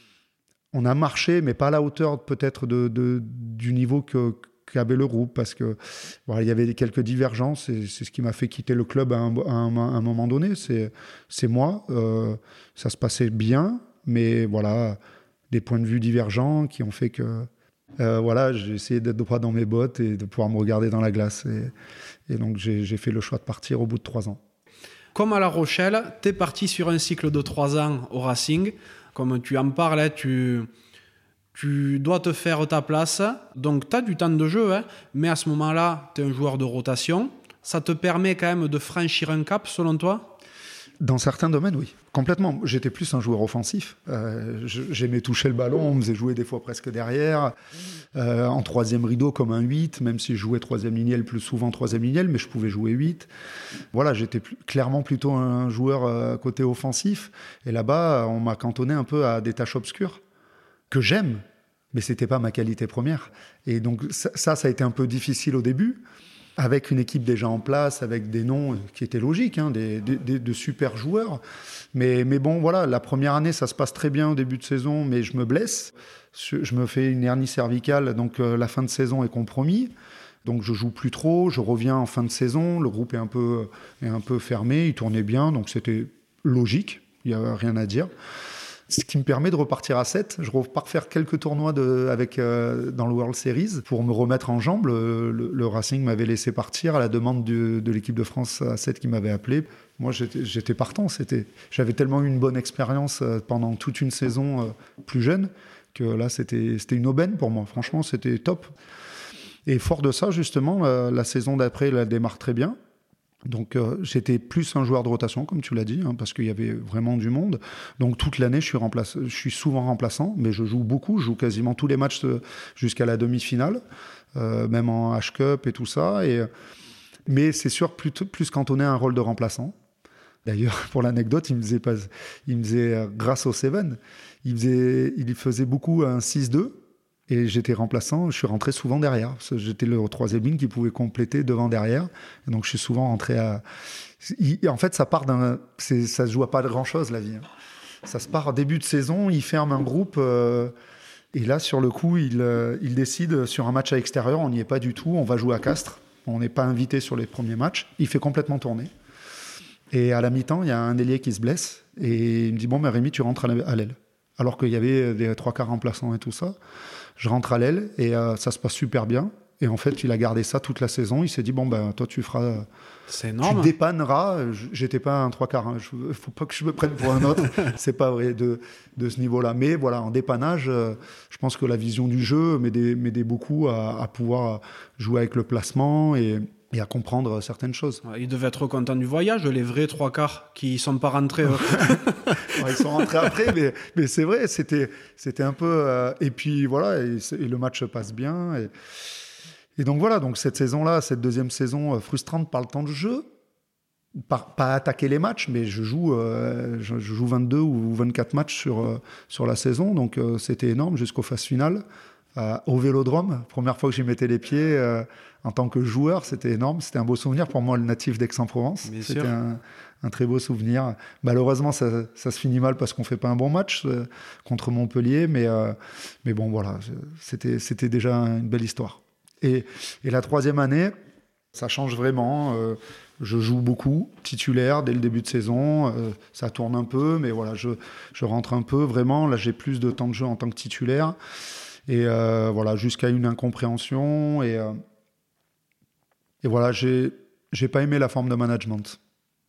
on a marché, mais pas à la hauteur peut-être de, de, du niveau que, qu'avait le groupe, parce que voilà, il y avait quelques divergences, et c'est ce qui m'a fait quitter le club à un, à un, à un moment donné. C'est, c'est moi. Euh, ça se passait bien, mais voilà, des points de vue divergents qui ont fait que euh, voilà, j'ai essayé d'être droit dans mes bottes et de pouvoir me regarder dans la glace. Et, et donc j'ai, j'ai fait le choix de partir au bout de trois ans. Comme à La Rochelle, tu es parti sur un cycle de trois ans au Racing. Comme tu en parles, tu, tu dois te faire ta place. Donc, tu as du temps de jeu, hein, mais à ce moment-là, tu es un joueur de rotation. Ça te permet quand même de franchir un cap, selon toi ? Dans certains domaines, oui. Complètement. J'étais plus un joueur offensif. Euh, j'aimais toucher le ballon, on me faisait jouer des fois presque derrière. Euh, en troisième rideau comme un huit, même si je jouais troisième lignel plus souvent troisième lignel, mais je pouvais jouer huit. Voilà, j'étais plus, clairement plutôt un joueur euh, côté offensif. Et là-bas, on m'a cantonné un peu à des tâches obscures que j'aime, mais c'était pas ma qualité première. Et donc ça, ça, ça a été un peu difficile au début, avec une équipe déjà en place, avec des noms qui étaient logiques, hein, des, des, des, de super joueurs. Mais, mais bon, voilà, la première année, ça se passe très bien au début de saison, mais je me blesse. Je me fais une hernie cervicale, donc euh, la fin de saison est compromis. Donc je joue plus trop, je reviens en fin de saison, le groupe est un peu, est un peu fermé, il tournait bien, donc c'était logique, il n'y a rien à dire. Ce qui me permet de repartir à sept. Je repars faire quelques tournois de, avec, euh, dans le World Series pour me remettre en jambes. Le, le, le Racing m'avait laissé partir à la demande de, de l'équipe de France à sept qui m'avait appelé. Moi, j'étais, j'étais partant. C'était, j'avais tellement eu une bonne expérience pendant toute une saison euh, plus jeune que là, c'était, c'était une aubaine pour moi. Franchement, c'était top. Et fort de ça, justement, la, la saison d'après, elle démarre très bien. Donc euh, j'étais plus un joueur de rotation, comme tu l'as dit, hein, parce qu'il y avait vraiment du monde. Donc toute l'année, je suis, remplace... je suis souvent remplaçant, mais je joue beaucoup. Je joue quasiment tous les matchs jusqu'à la demi-finale, euh, même en H-Cup et tout ça. Et... Mais c'est sûr, plus, plus cantonné à un rôle de remplaçant. D'ailleurs, pour l'anecdote, il me faisait, pas... il me faisait grâce au Seven, il faisait, il faisait beaucoup un six deux. Et j'étais remplaçant, je suis rentré souvent derrière. Parce que j'étais le troisième ligne qui pouvait compléter devant-derrière. Et donc, je suis souvent rentré à... En fait, ça part d'un... C'est... Ça se joue à pas de grand-chose, la vie. Ça se part en début de saison, il ferme un groupe. Euh... Et là, sur le coup, il, euh... il décide sur un match à l'extérieur. On n'y est pas du tout. On va jouer à Castres. On n'est pas invité sur les premiers matchs. Il fait complètement tourner. Et à la mi-temps, il y a un ailier qui se blesse. Et il me dit, bon, mais Rémi, tu rentres à l'aile. Alors qu'il y avait des trois quarts remplaçants et tout ça. Je rentre à l'aile et euh, ça se passe super bien. Et en fait, il a gardé ça toute la saison. Il s'est dit, bon, ben, toi, tu feras... C'est énorme. Tu dépanneras. J'étais pas un trois quarts. Il ne faut pas que je me prenne pour un autre. C'est pas vrai de, de ce niveau-là. Mais voilà, en dépannage, euh, je pense que la vision du jeu m'aidait, m'aidait beaucoup à, à pouvoir jouer avec le placement et... et à comprendre certaines choses. Ils devaient être contents du voyage, les vrais trois quarts qui ne sont pas rentrés. Ouais, ils sont rentrés après, mais, mais c'est vrai, c'était, c'était un peu... Euh, et puis voilà, et, et le match passe bien. Et, et donc voilà, donc cette saison-là, cette deuxième saison euh, frustrante par le temps de jeu, par, pas attaquer les matchs, mais je joue, euh, je, je joue vingt-deux ou vingt-quatre matchs sur, euh, sur la saison, donc euh, c'était énorme jusqu'aux phases finales. Euh, au Vélodrome, première fois que j'y mettais les pieds euh, en tant que joueur, c'était énorme, c'était un beau souvenir pour moi, le natif d'Aix-en-Provence. Bien c'était un, un très beau souvenir. Malheureusement, ça, ça se finit mal parce qu'on fait pas un bon match euh, contre Montpellier, mais, euh, mais bon, voilà, c'était, c'était déjà une belle histoire. Et, et la troisième année, ça change vraiment. Euh, je joue beaucoup, titulaire dès le début de saison. Euh, ça tourne un peu, mais voilà, je, je rentre un peu. Vraiment, là, j'ai plus de temps de jeu en tant que titulaire. Et euh, voilà, jusqu'à une incompréhension. Et, euh, et voilà, j'ai, j'ai pas aimé la forme de management,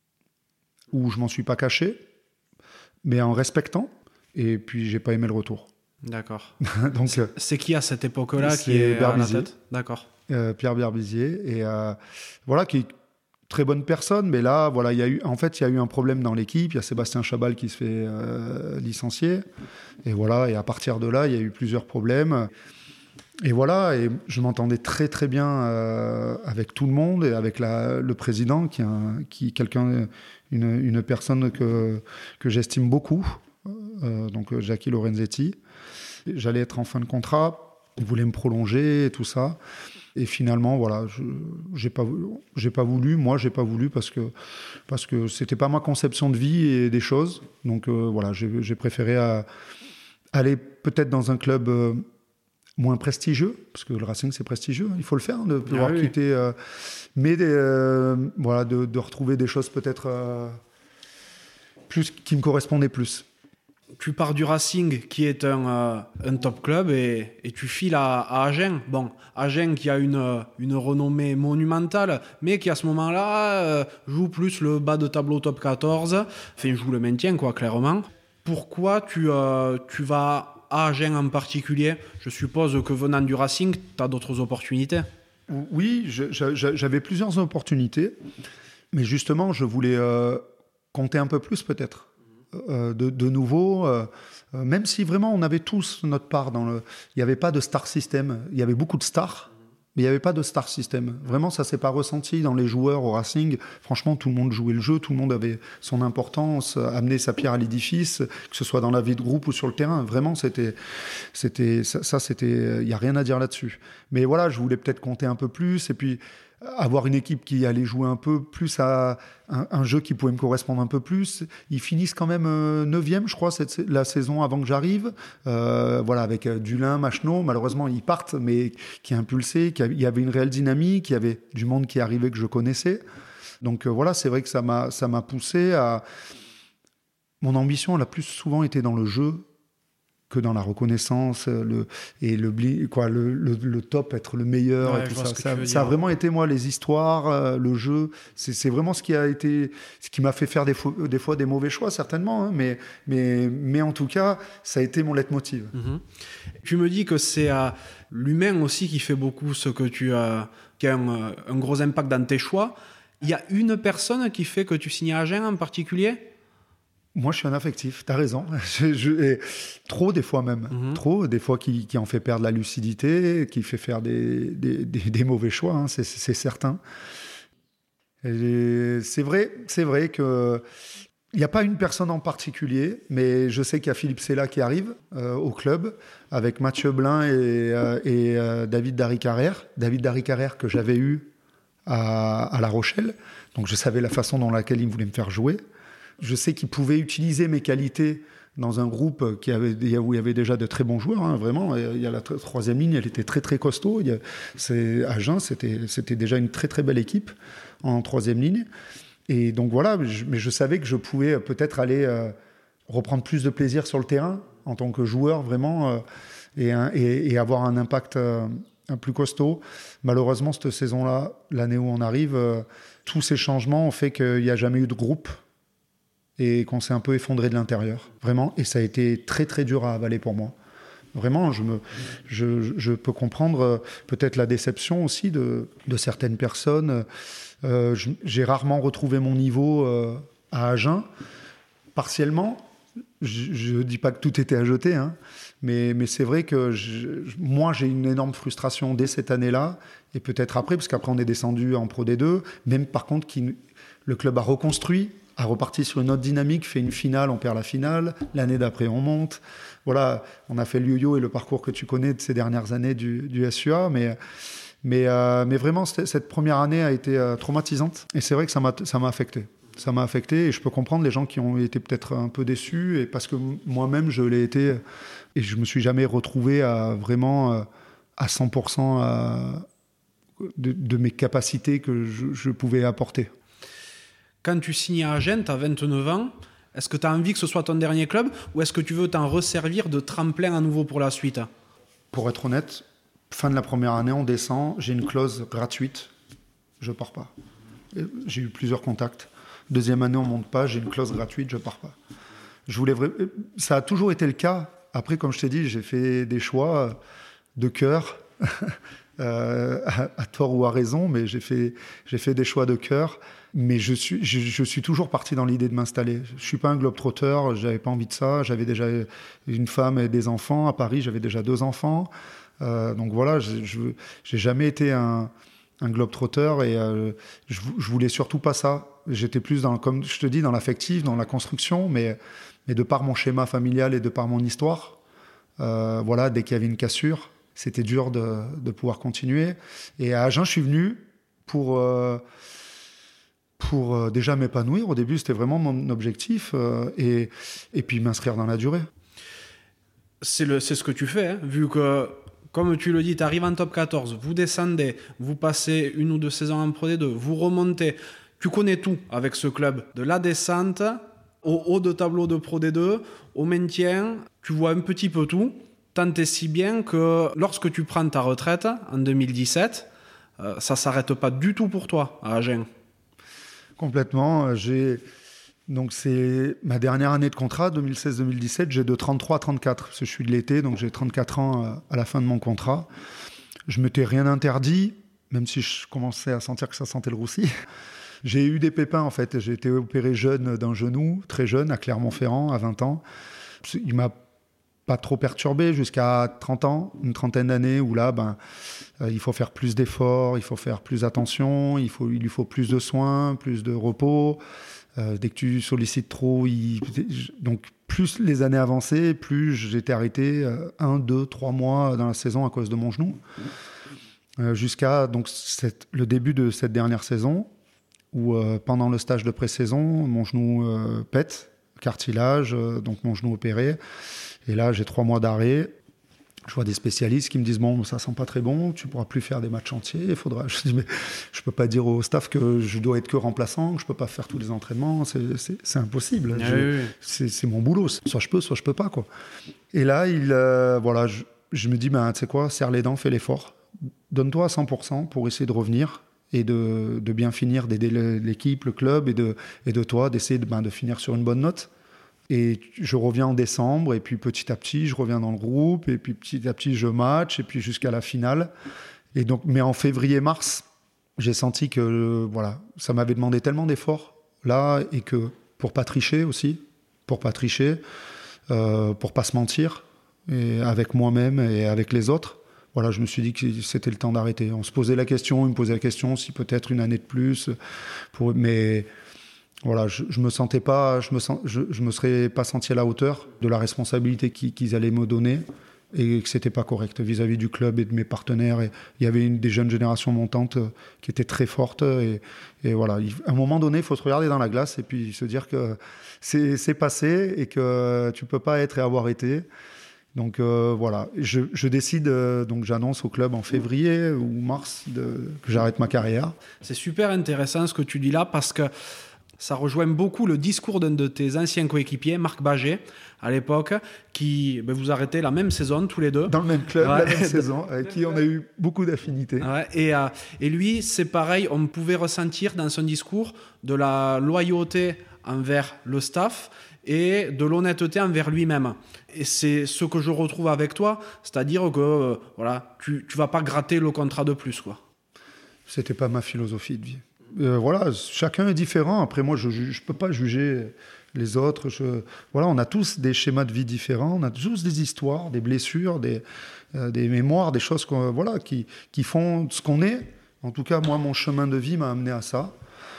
où je m'en suis pas caché, mais en respectant. Et puis, j'ai pas aimé le retour. D'accord. Donc, c'est, c'est qui à cette époque-là c'est qui est Berbizier. à la tête? D'accord. Euh, Pierre Berbizier. Et euh, voilà, qui est très bonne personne, mais là, voilà, il y a eu, en fait, il y a eu un problème dans l'équipe. Il y a Sébastien Chabal qui se fait euh, licencier. Et voilà, et à partir de là, il y a eu plusieurs problèmes. Et voilà, et je m'entendais très très bien euh, avec tout le monde et avec la, le président, qui est un, qui, quelqu'un, une, une personne que, que j'estime beaucoup, euh, donc Jackie Lorenzetti. J'allais être en fin de contrat, il voulait me prolonger et tout ça. Et finalement, voilà, je j'ai pas, j'ai pas voulu. Moi, j'ai pas voulu parce que parce que c'était pas ma conception de vie et des choses. Donc euh, voilà, j'ai, j'ai préféré à, aller peut-être dans un club euh, moins prestigieux, parce que le Racing c'est prestigieux, il faut le faire, de pouvoir ah, oui. quitter. Euh, mais euh, voilà, de, de retrouver des choses peut-être euh, plus qui me correspondaient plus. Tu pars du Racing, qui est un, euh, un top club, et, et tu files à, à Agen. Bon, Agen qui a une, une renommée monumentale, mais qui à ce moment-là euh, joue plus le bas de tableau top quatorze, enfin joue le maintien, quoi, clairement. Pourquoi tu, euh, tu vas à Agen en particulier? Je suppose que venant du Racing, tu as d'autres opportunités. Oui, je, je, j'avais plusieurs opportunités, mais justement, je voulais euh, compter un peu plus peut-être. Euh, de, de nouveau, euh, euh, même si vraiment on avait tous notre part dans le... Il n'y avait pas de star system, il y avait beaucoup de stars, mais il n'y avait pas de star system. Vraiment, ça ne s'est pas ressenti dans les joueurs au Racing. Franchement, tout le monde jouait le jeu, tout le monde avait son importance, amenait sa pierre à l'édifice, que ce soit dans la vie de groupe ou sur le terrain. Vraiment, c'était... c'était ça, ça, c'était... Il n'y a rien à dire là-dessus. Mais voilà, je voulais peut-être compter un peu plus, et puis... avoir une équipe qui allait jouer un peu plus à un, un jeu qui pouvait me correspondre un peu plus. Ils finissent quand même euh, neuvième, je crois, cette, la saison avant que j'arrive. Euh, voilà, avec euh, Dulin, Machenaud, malheureusement, ils partent, mais qui a impulsé, qui a, il y avait une réelle dynamique, il y avait du monde qui arrivait que je connaissais. Donc euh, voilà, c'est vrai que ça m'a, ça m'a poussé à... Mon ambition, elle a plus souvent été dans le jeu que dans la reconnaissance le, et le, quoi, le, le, le top, être le meilleur. Ouais, et tout ça. Ça, ça a vraiment été, moi, les histoires, euh, le jeu. C'est, c'est vraiment ce qui a été, ce qui m'a fait faire des, fo- des fois des mauvais choix, certainement. Hein, mais, mais, mais en tout cas, ça a été mon leitmotiv. Mm-hmm. Tu me dis que c'est euh, l'humain aussi qui fait beaucoup ce que tu as, qui a un, un gros impact dans tes choix. Il y a une personne qui fait que tu signes à Agen en particulier ? Moi, je suis un affectif, t'as raison. Je, je, et trop, des fois même. Mm-hmm. Trop, des fois, qui, qui en fait perdre la lucidité, qui fait faire des, des, des, des mauvais choix, hein, c'est, c'est certain. Et c'est vrai, c'est vrai que il n'y a pas une personne en particulier, mais je sais qu'il y a Philippe Sella qui arrive euh, au club, avec Mathieu Blin et, euh, et euh, David Darry-Carrère. David Darry-Carrère que j'avais eu à, à La Rochelle. Donc, je savais la façon dans laquelle il voulait me faire jouer. Je sais qu'il pouvait utiliser mes qualités dans un groupe qui avait, où il y avait déjà de très bons joueurs, hein, vraiment. Il y a la t- troisième ligne, elle était très très costaud. Il y a, c'est, Agen, c'était, c'était déjà une très très belle équipe en troisième ligne. Et donc voilà, je, mais je savais que je pouvais peut-être aller euh, reprendre plus de plaisir sur le terrain en tant que joueur, vraiment, euh, et, un, et, et avoir un impact euh, un plus costaud. Malheureusement, cette saison-là, l'année où on arrive, euh, tous ces changements ont fait qu'il n'y a jamais eu de groupe et qu'on s'est un peu effondré de l'intérieur, vraiment. Et ça a été très, très dur à avaler pour moi. Vraiment, je, me, je, je peux comprendre euh, peut-être la déception aussi de, de certaines personnes. Euh, je, j'ai rarement retrouvé mon niveau euh, à Agen, partiellement. Je ne dis pas que tout était à jeter, hein, mais, mais c'est vrai que je, moi, j'ai une énorme frustration dès cette année-là, et peut-être après, parce qu'après, on est descendu en Pro D deux, même par contre, qui, le club a reconstruit, a reparti sur une autre dynamique, fait une finale, on perd la finale, l'année d'après on monte. Voilà, on a fait le yo-yo et le parcours que tu connais de ces dernières années du, du S U A, mais, mais, euh, mais vraiment cette première année a été euh, traumatisante, et c'est vrai que ça m'a, ça m'a affecté. Ça m'a affecté, et je peux comprendre les gens qui ont été peut-être un peu déçus, et parce que moi-même je l'ai été, et je me suis jamais retrouvé à vraiment euh, à cent pour cent à, de, de mes capacités que je, je pouvais apporter. Quand tu signes à Agen, tu as vingt-neuf ans. Est-ce que tu as envie que ce soit ton dernier club, ou est-ce que tu veux t'en resservir de tremplin à nouveau pour la suite ? pour être honnête, fin de la première année, on descend, j'ai une clause gratuite, je pars pas. J'ai eu plusieurs contacts. Deuxième année, on monte pas, j'ai une clause gratuite, je pars pas. Je voulais vra... Ça a toujours été le cas. Après, comme je t'ai dit, j'ai fait des choix de cœur, euh, à, à tort ou à raison, mais j'ai fait, j'ai fait des choix de cœur. Mais je suis, je, je suis toujours parti dans l'idée de m'installer. Je suis pas un globe-trotteur, j'avais pas envie de ça. J'avais déjà une femme et des enfants. À Paris, j'avais déjà deux enfants. Euh, donc voilà, je, je, j'ai jamais été un, un globe-trotteur et euh, je, je voulais surtout pas ça. J'étais plus dans, comme je te dis, dans l'affectif, dans la construction, mais, mais de par mon schéma familial et de par mon histoire, euh, voilà, dès qu'il y avait une cassure, c'était dur de, de pouvoir continuer. Et à Agen, je suis venu pour, euh, pour euh, déjà m'épanouir. Au début, c'était vraiment mon objectif euh, et, et puis m'inscrire dans la durée. C'est, le, c'est ce que tu fais, hein, vu que, comme tu le dis, tu arrives en top quatorze, vous descendez, vous passez une ou deux saisons en Pro D deux, vous remontez. Tu connais tout avec ce club, de la descente au haut de tableau de Pro D deux, au maintien, tu vois un petit peu tout, tant et si bien que lorsque tu prends ta retraite en deux mille dix-sept, euh, ça ne s'arrête pas du tout pour toi à Agen. Complètement. J'ai... Donc c'est ma dernière année de contrat, deux mille seize deux mille dix-sept, j'ai de trente-trois à trente-quatre, parce que je suis de l'été, donc j'ai trente-quatre ans à la fin de mon contrat. Je ne m'étais rien interdit, même si je commençais à sentir que ça sentait le roussi. J'ai eu des pépins, en fait. J'ai été opéré jeune d'un genou, très jeune, à Clermont-Ferrand, à vingt ans. Il m'a pas trop perturbé jusqu'à trente ans, une trentaine d'années, où là, ben, euh, il faut faire plus d'efforts, il faut faire plus attention, il, faut, il lui faut plus de soins, plus de repos. Euh, dès que tu sollicites trop, il... donc plus les années avançaient, plus j'étais arrêté euh, un, deux, trois mois dans la saison à cause de mon genou. Euh, jusqu'à donc, cette, le début de cette dernière saison, où euh, pendant le stage de pré-saison, mon genou euh, pète, cartilage, euh, donc mon genou opéré. Et là, j'ai trois mois d'arrêt. Je vois des spécialistes qui me disent « Bon, ça sent pas très bon, tu pourras plus faire des matchs entiers. Il faudra... » Je dis « Mais je peux pas dire au staff que je dois être que remplaçant, que je peux pas faire tous les entraînements. C'est, c'est, c'est impossible. Ah, je, oui, oui. C'est, c'est mon boulot. Soit je peux, soit je peux pas. Quoi. » Et là, il, euh, voilà, je, je me dis ben, « Tu sais quoi, serre les dents, fais l'effort. Donne-toi à cent pour cent pour essayer de revenir. » et de, de bien finir, d'aider l'équipe, le club, et de, et de toi, d'essayer de, ben, de finir sur une bonne note. Et je reviens en décembre, et puis petit à petit, je reviens dans le groupe, et puis petit à petit, je match, et puis jusqu'à la finale. Et donc, mais en février-mars, j'ai senti que voilà, ça m'avait demandé tellement d'efforts, là, et que pour pas tricher aussi, pour pas tricher, euh, pour pas se mentir, et avec moi-même et avec les autres, voilà, je me suis dit que c'était le temps d'arrêter. On se posait la question, il me posait la question si peut-être une année de plus. Pour... Mais voilà, je, je me sentais pas, je me, sens, je, je me serais pas senti à la hauteur de la responsabilité qu'ils, qu'ils allaient me donner et que c'était pas correct vis-à-vis du club et de mes partenaires. Et il y avait une, des jeunes générations montantes qui étaient très fortes. Et, et voilà, à un moment donné, il faut se regarder dans la glace et puis se dire que c'est, c'est passé et que tu peux pas être et avoir été. Donc euh, voilà, je, je décide, euh, donc j'annonce au club en février ou mars de, que j'arrête ma carrière. C'est super intéressant ce que tu dis là parce que ça rejoint beaucoup le discours d'un de tes anciens coéquipiers, Marc Baget, à l'époque, qui ben, vous arrêtez la même saison tous les deux. Dans le même club, ouais. la même saison, avec qui on a eu beaucoup d'affinités. Ouais, et, euh, et lui, c'est pareil, on pouvait ressentir dans son discours de la loyauté envers le staff et de l'honnêteté envers lui-même. Et c'est ce que je retrouve avec toi, c'est-à-dire que euh, voilà, tu ne vas pas gratter le contrat de plus, quoi. C'était pas ma philosophie de vie. Euh, voilà, chacun est différent. Après, moi, je ne peux pas juger les autres. Je, voilà, on a tous des schémas de vie différents, on a tous des histoires, des blessures, des, euh, des mémoires, des choses qu'on, voilà, qui, qui font ce qu'on est. En tout cas, moi, mon chemin de vie m'a amené à ça.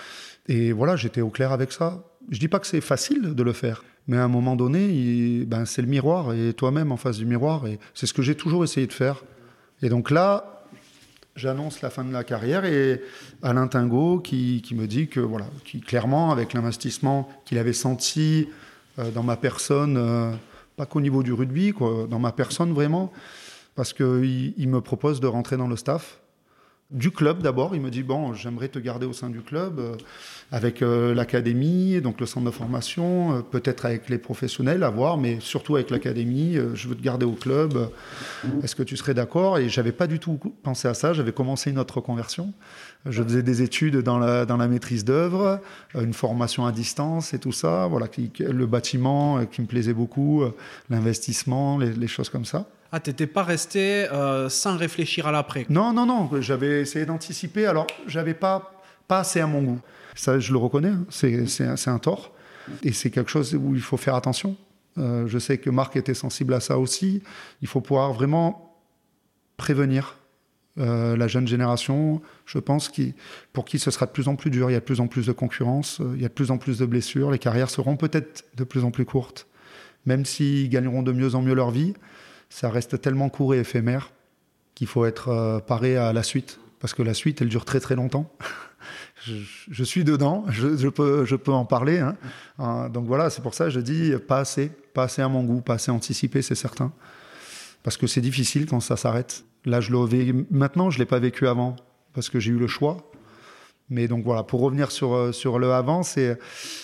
Et voilà, j'étais au clair avec ça. Je ne dis pas que c'est facile de le faire, mais à un moment donné, il, ben, c'est le miroir, et toi-même en face du miroir, et c'est ce que j'ai toujours essayé de faire. Et donc là, j'annonce la fin de la carrière, et Alain Tingot qui, qui me dit que, voilà, qui, clairement, avec l'investissement qu'il avait senti euh, dans ma personne, euh, pas qu'au niveau du rugby, quoi, dans ma personne vraiment, parce qu'il il me propose de rentrer dans le staff. du club d'abord. Il me dit, bon, j'aimerais te garder au sein du club, euh, avec euh, l'académie, donc le centre de formation, euh, peut-être avec les professionnels, à voir, mais surtout avec l'académie, euh, je veux te garder au club. Euh, est-ce que tu serais d'accord? Et j'avais pas du tout pensé à ça. J'avais commencé une autre reconversion. Je faisais des études dans la, dans la maîtrise d'œuvre, euh, une formation à distance et tout ça. Voilà, qui, le bâtiment euh, qui me plaisait beaucoup, euh, l'investissement, les, les choses comme ça. Ah, t'étais pas resté euh, sans réfléchir à l'après? Non, non, non. J'avais essayé d'anticiper. Alors, j'avais pas, pas assez à mon goût. Ça, je le reconnais. Hein. C'est, c'est, c'est un tort. Et c'est quelque chose où il faut faire attention. Euh, je sais que Marc était sensible à ça aussi. Il faut pouvoir vraiment prévenir euh, la jeune génération. Je pense qui, pour qui ce sera de plus en plus dur. Il y a de plus en plus de concurrence. Il y a de plus en plus de blessures. Les carrières seront peut-être de plus en plus courtes. Même s'ils gagneront de mieux en mieux leur vie, ça reste tellement court et éphémère qu'il faut être euh, paré à la suite. Parce que la suite, elle dure très très longtemps. je, je suis dedans, je, je, peux, je peux en parler. Hein. Euh, donc voilà, c'est pour ça que je dis pas assez, pas assez à mon goût, pas assez anticipé, c'est certain. Parce que c'est difficile quand ça s'arrête. Là, je le maintenant, je ne l'ai pas vécu avant, parce que j'ai eu le choix. Mais donc voilà, pour revenir sur, sur le avant, c'est,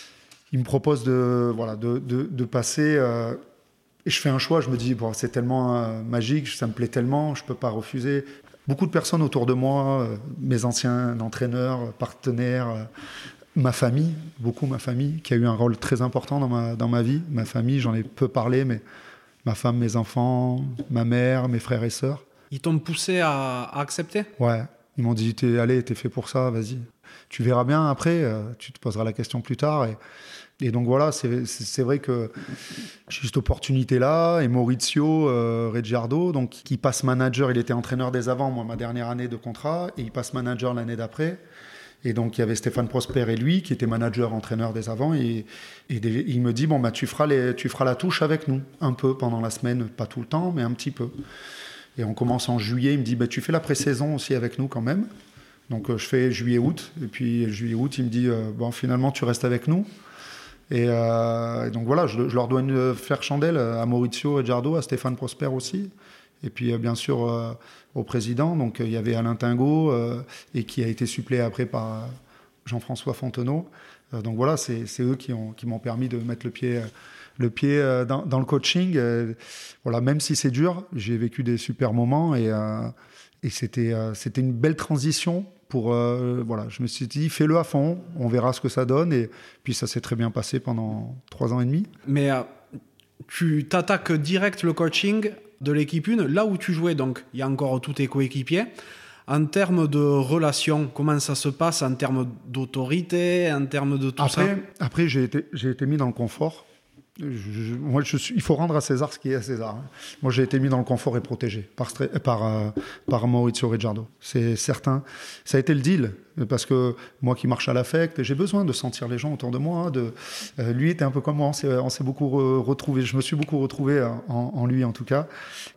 il me propose de, voilà, de, de, de passer... Euh, Et je fais un choix, je me dis, bon, c'est tellement euh, magique, ça me plaît tellement, je ne peux pas refuser. Beaucoup de personnes autour de moi, euh, mes anciens entraîneurs, partenaires, euh, ma famille, beaucoup ma famille, qui a eu un rôle très important dans ma, dans ma vie. Ma famille, j'en ai peu parlé, mais ma femme, mes enfants, ma mère, mes frères et sœurs. Ils t'ont poussé à, à accepter? Ouais, ils m'ont dit, t'es, allez, t'es fait pour ça, vas-y. Tu verras bien après, euh, tu te poseras la question plus tard. Et... Et donc voilà, c'est, c'est, c'est vrai que j'ai cette opportunité-là, et Maurizio euh, Reggiardo, donc, qui passe manager, il était entraîneur des avants, moi, ma dernière année de contrat, et il passe manager l'année d'après. Et donc il y avait Stéphane Prosper et lui, qui était manager, entraîneur des avants, et, et des, il me dit, bon, bah, tu, feras les, tu feras la touche avec nous, un peu pendant la semaine, pas tout le temps, mais un petit peu. Et on commence en juillet, il me dit, bah, tu fais la pré-saison aussi avec nous quand même. Donc euh, je fais juillet-août, et puis juillet-août, il me dit, euh, bon, finalement, tu restes avec nous. Et, euh, et donc voilà, je, je leur dois une faire chandelle à Maurizio Reggiardo, à Stéphane Prosper aussi, et puis euh, bien sûr euh, au président. Donc il euh, y avait Alain Tingot, euh, et qui a été suppléé après par Jean-François Fontenot. Euh, donc voilà, c'est, c'est eux qui, ont, qui m'ont permis de mettre le pied, le pied euh, dans, dans le coaching. Euh, voilà, même si c'est dur, j'ai vécu des super moments, et, euh, et c'était, euh, c'était une belle transition. Pour, euh, voilà, je me suis dit, fais-le à fond, on verra ce que ça donne. Et puis ça s'est très bien passé pendant trois ans et demi. Mais euh, tu t'attaques direct le coaching de l'équipe un, là où tu jouais, donc il y a encore tous tes coéquipiers. En termes de relations, comment ça se passe en termes d'autorité, en termes de tout après, ça? Après, j'ai été, j'ai été mis dans le confort. Je, je, moi, je suis, il faut rendre à César ce qui est à César. Hein. Moi, j'ai été mis dans le confort et protégé par, par, euh, par Maurizio Reggiardo. C'est certain. Ça a été le deal, parce que moi qui marche à l'affect, j'ai besoin de sentir les gens autour de moi. De, euh, lui était un peu comme moi, on s'est, on s'est beaucoup re, retrouvé. Je me suis beaucoup retrouvé en, en lui, en tout cas.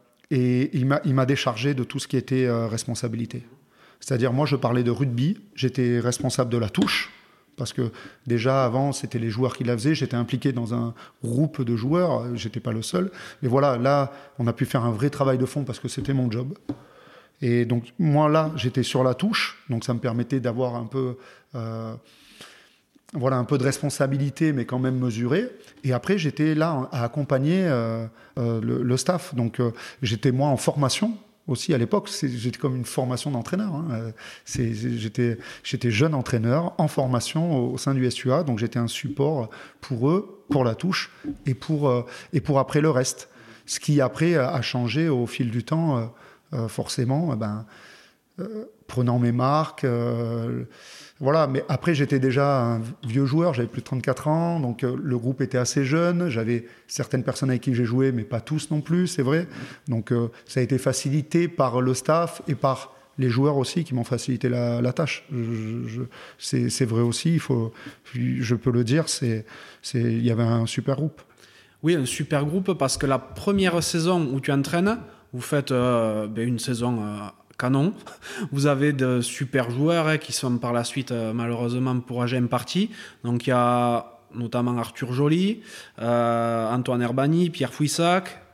Et il m'a, il m'a déchargé de tout ce qui était euh, responsabilité. C'est-à-dire, moi, je parlais de rugby, j'étais responsable de la touche. Parce que déjà, avant, c'était les joueurs qui la faisaient. J'étais impliqué dans un groupe de joueurs. Je n'étais pas le seul. Mais voilà, là, on a pu faire un vrai travail de fond parce que c'était mon job. Et donc, moi, là, j'étais sur la touche. Donc, ça me permettait d'avoir un peu, euh, voilà, un peu de responsabilité, mais quand même mesurée. Et après, j'étais là à accompagner euh, euh, le, le staff. Donc, euh, j'étais, moi, en formation. Aussi, à l'époque, c'est, j'étais comme une formation d'entraîneur. Hein. C'est, j'étais, j'étais jeune entraîneur en formation au, au sein du S U A, donc j'étais un support pour eux, pour la touche, et pour, euh, et pour après le reste. Ce qui après a changé au fil du temps, euh, euh, forcément, eh ben, euh, prenant mes marques. Euh, voilà, mais après j'étais déjà un vieux joueur, j'avais plus de trente-quatre ans, donc euh, le groupe était assez jeune, j'avais certaines personnes avec qui j'ai joué, mais pas tous non plus, c'est vrai. Donc euh, ça a été facilité par le staff et par les joueurs aussi qui m'ont facilité la, la tâche. Je, je, c'est, c'est vrai aussi, il faut, je peux le dire, c'est, c'est, il y avait un super groupe. Oui, un super groupe, parce que la première saison où tu entraînes, vous faites euh, ben une saison... Euh canon. Vous avez de super joueurs hein, qui sont par la suite euh, malheureusement pour Agen partis. Donc il y a notamment Arthur Joly, euh, Antoine Herbani, Pierre Fouissac,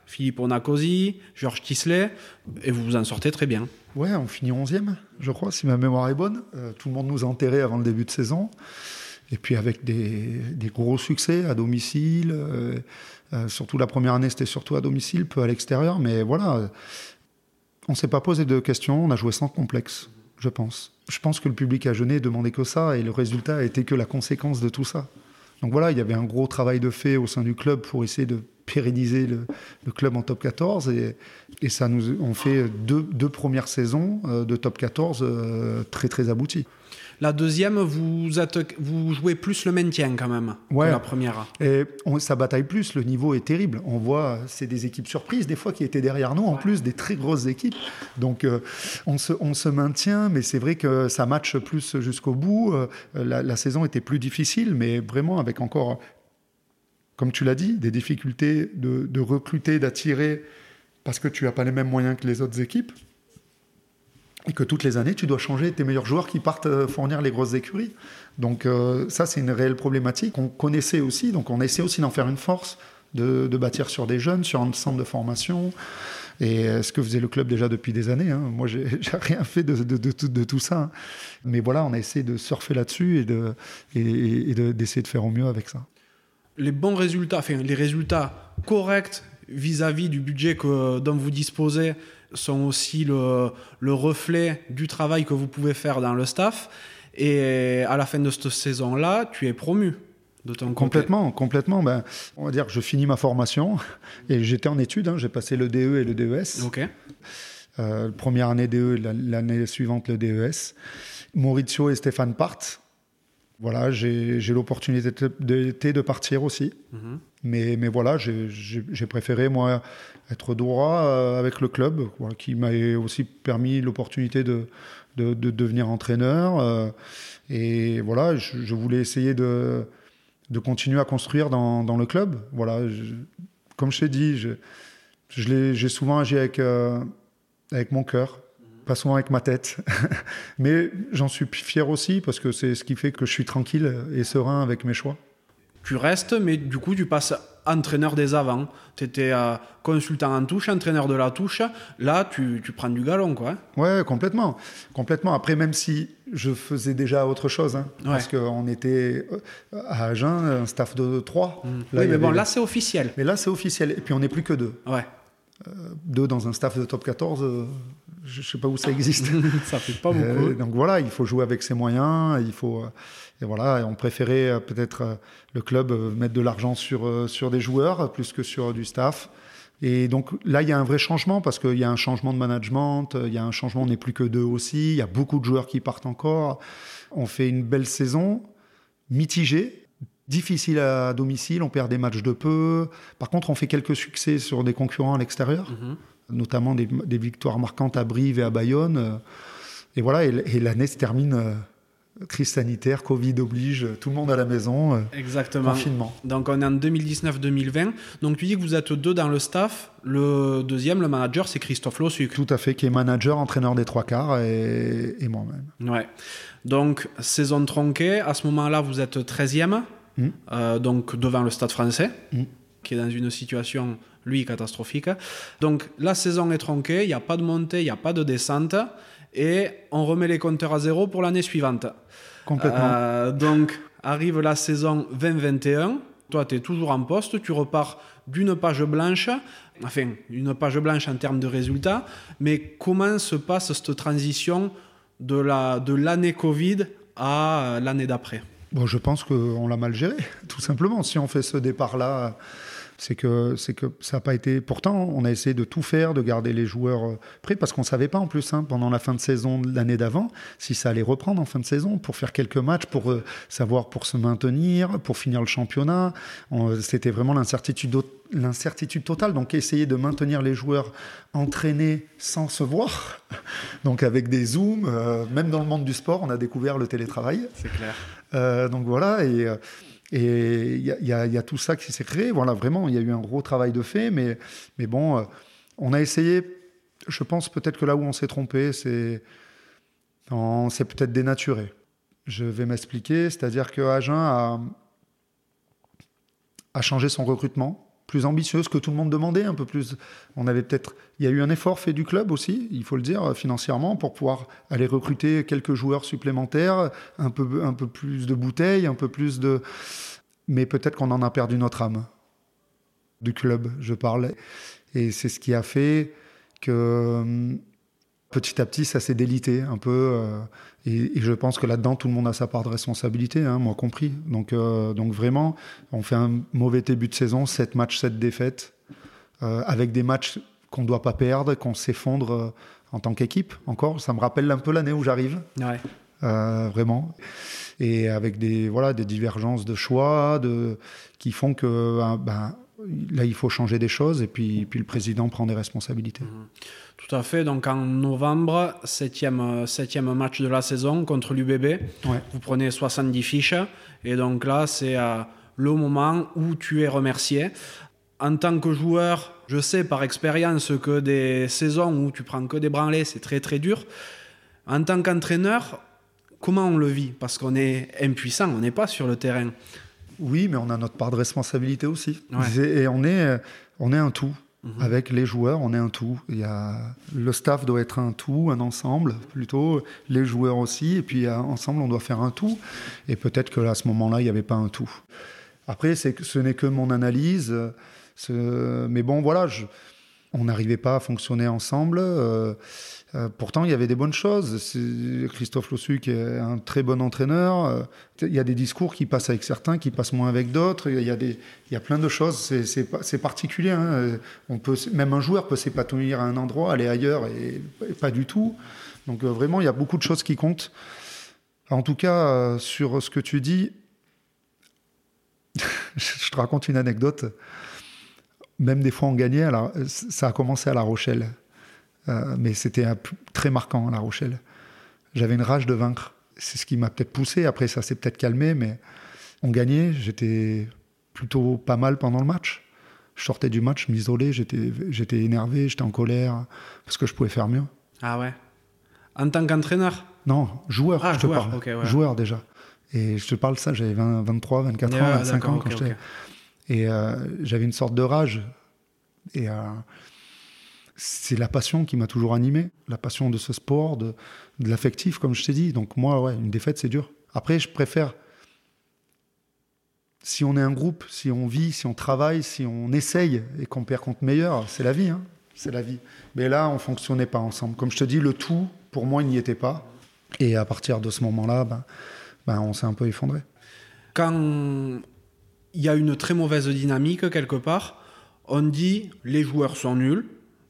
Philippe Onakosi, Georges Tisley, et vous vous en sortez très bien. Ouais, on finit onzième, je crois, si ma mémoire est bonne. Euh, tout le monde nous a enterrés avant le début de saison. Et puis avec des, des gros succès à domicile. Euh, euh, surtout la première année, c'était surtout à domicile, peu à l'extérieur. Mais voilà, on ne s'est pas posé de questions, on a joué sans complexe, je pense. Je pense que le public à Genève demandait que ça, et le résultat a été que la conséquence de tout ça. Donc voilà, il y avait un gros travail de fait au sein du club pour essayer de pérenniser le, le club en top quatorze. Et, et ça nous on fait deux, deux premières saisons euh, de top quatorze euh, très très abouties. La deuxième, vous, êtes, vous jouez plus le maintien quand même ouais. que la première. Et on, ça bataille plus, le niveau est terrible. On voit, c'est des équipes surprises des fois qui étaient derrière nous, en ouais. plus des très grosses équipes. Donc euh, on, se, on se maintient, mais c'est vrai que ça matche plus jusqu'au bout. Euh, la, la saison était plus difficile, mais vraiment avec encore, comme tu l'as dit, des difficultés de, de recruter, d'attirer, parce que tu n'as pas les mêmes moyens que les autres équipes. Et que toutes les années, tu dois changer tes meilleurs joueurs qui partent fournir les grosses écuries. Donc euh, ça, c'est une réelle problématique. On connaissait aussi, donc on essaie aussi d'en faire une force, de, de bâtir sur des jeunes, sur un centre de formation. Et ce que faisait le club déjà depuis des années. Hein. Moi, j'ai, j'ai rien fait de, de, de, de, de tout ça. Hein. Mais voilà, on a essayé de surfer là-dessus et, de, et, et de, d'essayer de faire au mieux avec ça. Les bons résultats, enfin les résultats corrects vis-à-vis du budget que, dont vous disposez sont aussi le, le reflet du travail que vous pouvez faire dans le staff. Et à la fin de cette saison-là, tu es promu de ton côté. Complètement, complètement. Ben, on va dire que je finis ma formation et j'étais en études. Hein, j'ai passé le D E et le D E S. Ok. Euh, première année D E, l'année suivante le D E S. Maurizio et Stéphane partent. Voilà, j'ai, j'ai l'opportunité de, de, de partir aussi. Mm-hmm. Mais, mais voilà, j'ai, j'ai, j'ai préféré, moi, être droit euh, avec le club, voilà, qui m'a aussi permis l'opportunité de, de, de devenir entraîneur. Euh, et voilà, je, je voulais essayer de, de continuer à construire dans, dans le club. Voilà, je, comme je t'ai dit, je, je l'ai, j'ai souvent agi avec, euh, avec mon cœur. Pas souvent avec ma tête, mais j'en suis fier aussi parce que c'est ce qui fait que je suis tranquille et serein avec mes choix. Tu restes, mais du coup, tu passes entraîneur des avants. Tu étais euh, consultant en touche, entraîneur de la touche. Là, tu, tu prends du galon, quoi. Ouais, complètement. complètement. Après, même si je faisais déjà autre chose, hein, ouais. parce qu'on était à Agen, un staff de trois. Mmh. Là, oui, mais bon, avait... là, c'est officiel. Mais là, c'est officiel. Et puis, on n'est plus que deux. Ouais. Euh, deux dans un staff de top quatorze... Euh... Je ne sais pas où ça existe. Ça fait pas beaucoup. Euh, donc voilà, il faut jouer avec ses moyens. Il faut, euh, et voilà, et on préférait euh, peut-être euh, le club euh, mettre de l'argent sur, euh, sur des joueurs plus que sur du staff. Et donc là, il y a un vrai changement parce qu'il y a un changement de management, il y a un changement, on n'est plus que deux aussi. Il y a beaucoup de joueurs qui partent encore. On fait une belle saison, mitigée, difficile à domicile. On perd des matchs de peu. Par contre, on fait quelques succès sur des concurrents à l'extérieur. Mm-hmm. Notamment des, des victoires marquantes à Brive et à Bayonne. Et voilà, et, et l'année se termine, euh, crise sanitaire, Covid oblige, tout le monde à la maison, euh, exactement. Confinement. Donc on est en deux mille dix-neuf deux mille vingt. Donc tu dis que vous êtes deux dans le staff. Le deuxième, le manager, c'est Christophe Lossuc. Tout à fait, qui est manager, entraîneur des trois quarts et, et moi-même. Ouais. Donc saison tronquée, à ce moment-là, vous êtes treizième, mmh. euh, donc devant le Stade français, mmh. qui est dans une situation... lui, catastrophique. Donc, la saison est tronquée, il n'y a pas de montée, il n'y a pas de descente, et on remet les compteurs à zéro pour l'année suivante. Complètement. Euh, donc, arrive la saison vingt vingt et un, toi, tu es toujours en poste, tu repars d'une page blanche, enfin, une page blanche en termes de résultats, mais comment se passe cette transition de, la, de l'année Covid à l'année d'après ? Bon, je pense qu'on l'a mal géré, tout simplement. Si on fait ce départ-là... C'est que, c'est que ça n'a pas été... Pourtant, on a essayé de tout faire, de garder les joueurs prêts, parce qu'on ne savait pas en plus, hein, pendant la fin de saison de l'année d'avant, si ça allait reprendre en fin de saison, pour faire quelques matchs, pour euh, savoir, pour se maintenir, pour finir le championnat. On, c'était vraiment l'incertitude, l'incertitude totale. Donc, essayer de maintenir les joueurs entraînés sans se voir, donc avec des zooms. Euh, même dans le monde du sport, on a découvert le télétravail. C'est clair. Euh, donc voilà, et... Euh, Et il y, y, y a tout ça qui s'est créé. Voilà, vraiment, il y a eu un gros travail de fait. Mais, mais bon, euh, on a essayé. Je pense peut-être que là où on s'est trompé, c'est, on s'est peut-être dénaturé. Je vais m'expliquer. C'est-à-dire que Agen a, a changé son recrutement. plus ambitieux, ce que tout le monde demandait, un peu plus. On avait peut-être, il y a eu un effort fait du club aussi, il faut le dire, financièrement, pour pouvoir aller recruter quelques joueurs supplémentaires, un peu, un peu plus de bouteilles, un peu plus de. Mais peut-être qu'on en a perdu notre âme du club, je parle, et c'est ce qui a fait que petit à petit, ça s'est délité un peu. Euh, et, et je pense que là-dedans, tout le monde a sa part de responsabilité, hein, moi compris. Donc, euh, donc vraiment, on fait un mauvais début de saison, sept matchs, sept défaites, euh, avec des matchs qu'on ne doit pas perdre, qu'on s'effondre euh, en tant qu'équipe. Encore, ça me rappelle un peu l'année où j'arrive. Ouais. Euh, vraiment. Et avec des, voilà, des divergences de choix de, qui font que euh, ben, là, il faut changer des choses. Et puis, puis le président prend des responsabilités. Mmh. Tout à fait. Donc en novembre, septième, septième match de la saison contre l'U B B. Ouais. Vous prenez soixante-dix fiches. Et donc là, c'est euh, le moment où tu es remercié. En tant que joueur, je sais par expérience que des saisons où tu prends que des branlées, c'est très très dur. En tant qu'entraîneur, comment on le vit? Parce qu'on est impuissant, on n'est pas sur le terrain. Oui, mais on a notre part de responsabilité aussi. Ouais. Et on est, on est un tout. Mmh. Avec les joueurs, on est un tout. Il y a, le staff doit être un tout, un ensemble, plutôt. Les joueurs aussi. Et puis, ensemble, on doit faire un tout. Et peut-être qu'à ce moment-là, il n'y avait pas un tout. Après, c'est que, ce n'est que mon analyse. Ce, mais bon, voilà, je, on n'arrivait pas à fonctionner ensemble. Euh, Euh, pourtant, il y avait des bonnes choses. C'est Christophe Lossuc est un très bon entraîneur. Euh, il y a des discours qui passent avec certains, qui passent moins avec d'autres. Il y a, des, il y a plein de choses. C'est, c'est, c'est particulier. Hein. On peut, même un joueur peut s'épanouir à un endroit, aller ailleurs, et, et pas du tout. Donc euh, vraiment, il y a beaucoup de choses qui comptent. En tout cas, euh, sur ce que tu dis, je te raconte une anecdote. Même des fois, on gagnait. Alors, ça a commencé à La Rochelle. Euh, mais c'était un, très marquant à La Rochelle. J'avais une rage de vaincre. C'est ce qui m'a peut-être poussé. Après, ça s'est peut-être calmé, mais on gagnait. J'étais plutôt pas mal pendant le match. Je sortais du match, je m'isolais, j'étais, j'étais énervé, j'étais en colère, parce que je pouvais faire mieux. Ah ouais? En tant qu'entraîneur? Non, joueur, ah, je joueur, te parle. Okay, ouais. Joueur déjà. Et je te parle de ça, j'avais vingt, vingt-trois, vingt-quatre ans, ouais, vingt-cinq ans quand okay, j'étais... Okay. Et euh, j'avais une sorte de rage. Et... Euh, c'est la passion qui m'a toujours animé, la passion de ce sport, de, de l'affectif, comme je t'ai dit. Donc moi, ouais, une défaite, c'est dur. Après, je préfère, si on est un groupe, si on vit, si on travaille, si on essaye et qu'on perd contre meilleur, c'est la vie, hein, c'est la vie. Mais là, on ne fonctionnait pas ensemble. Comme je te dis, le tout, pour moi, il n'y était pas. Et à partir de ce moment-là, ben, ben, on s'est un peu effondré. Quand il y a une très mauvaise dynamique quelque part, on dit les joueurs sont nuls,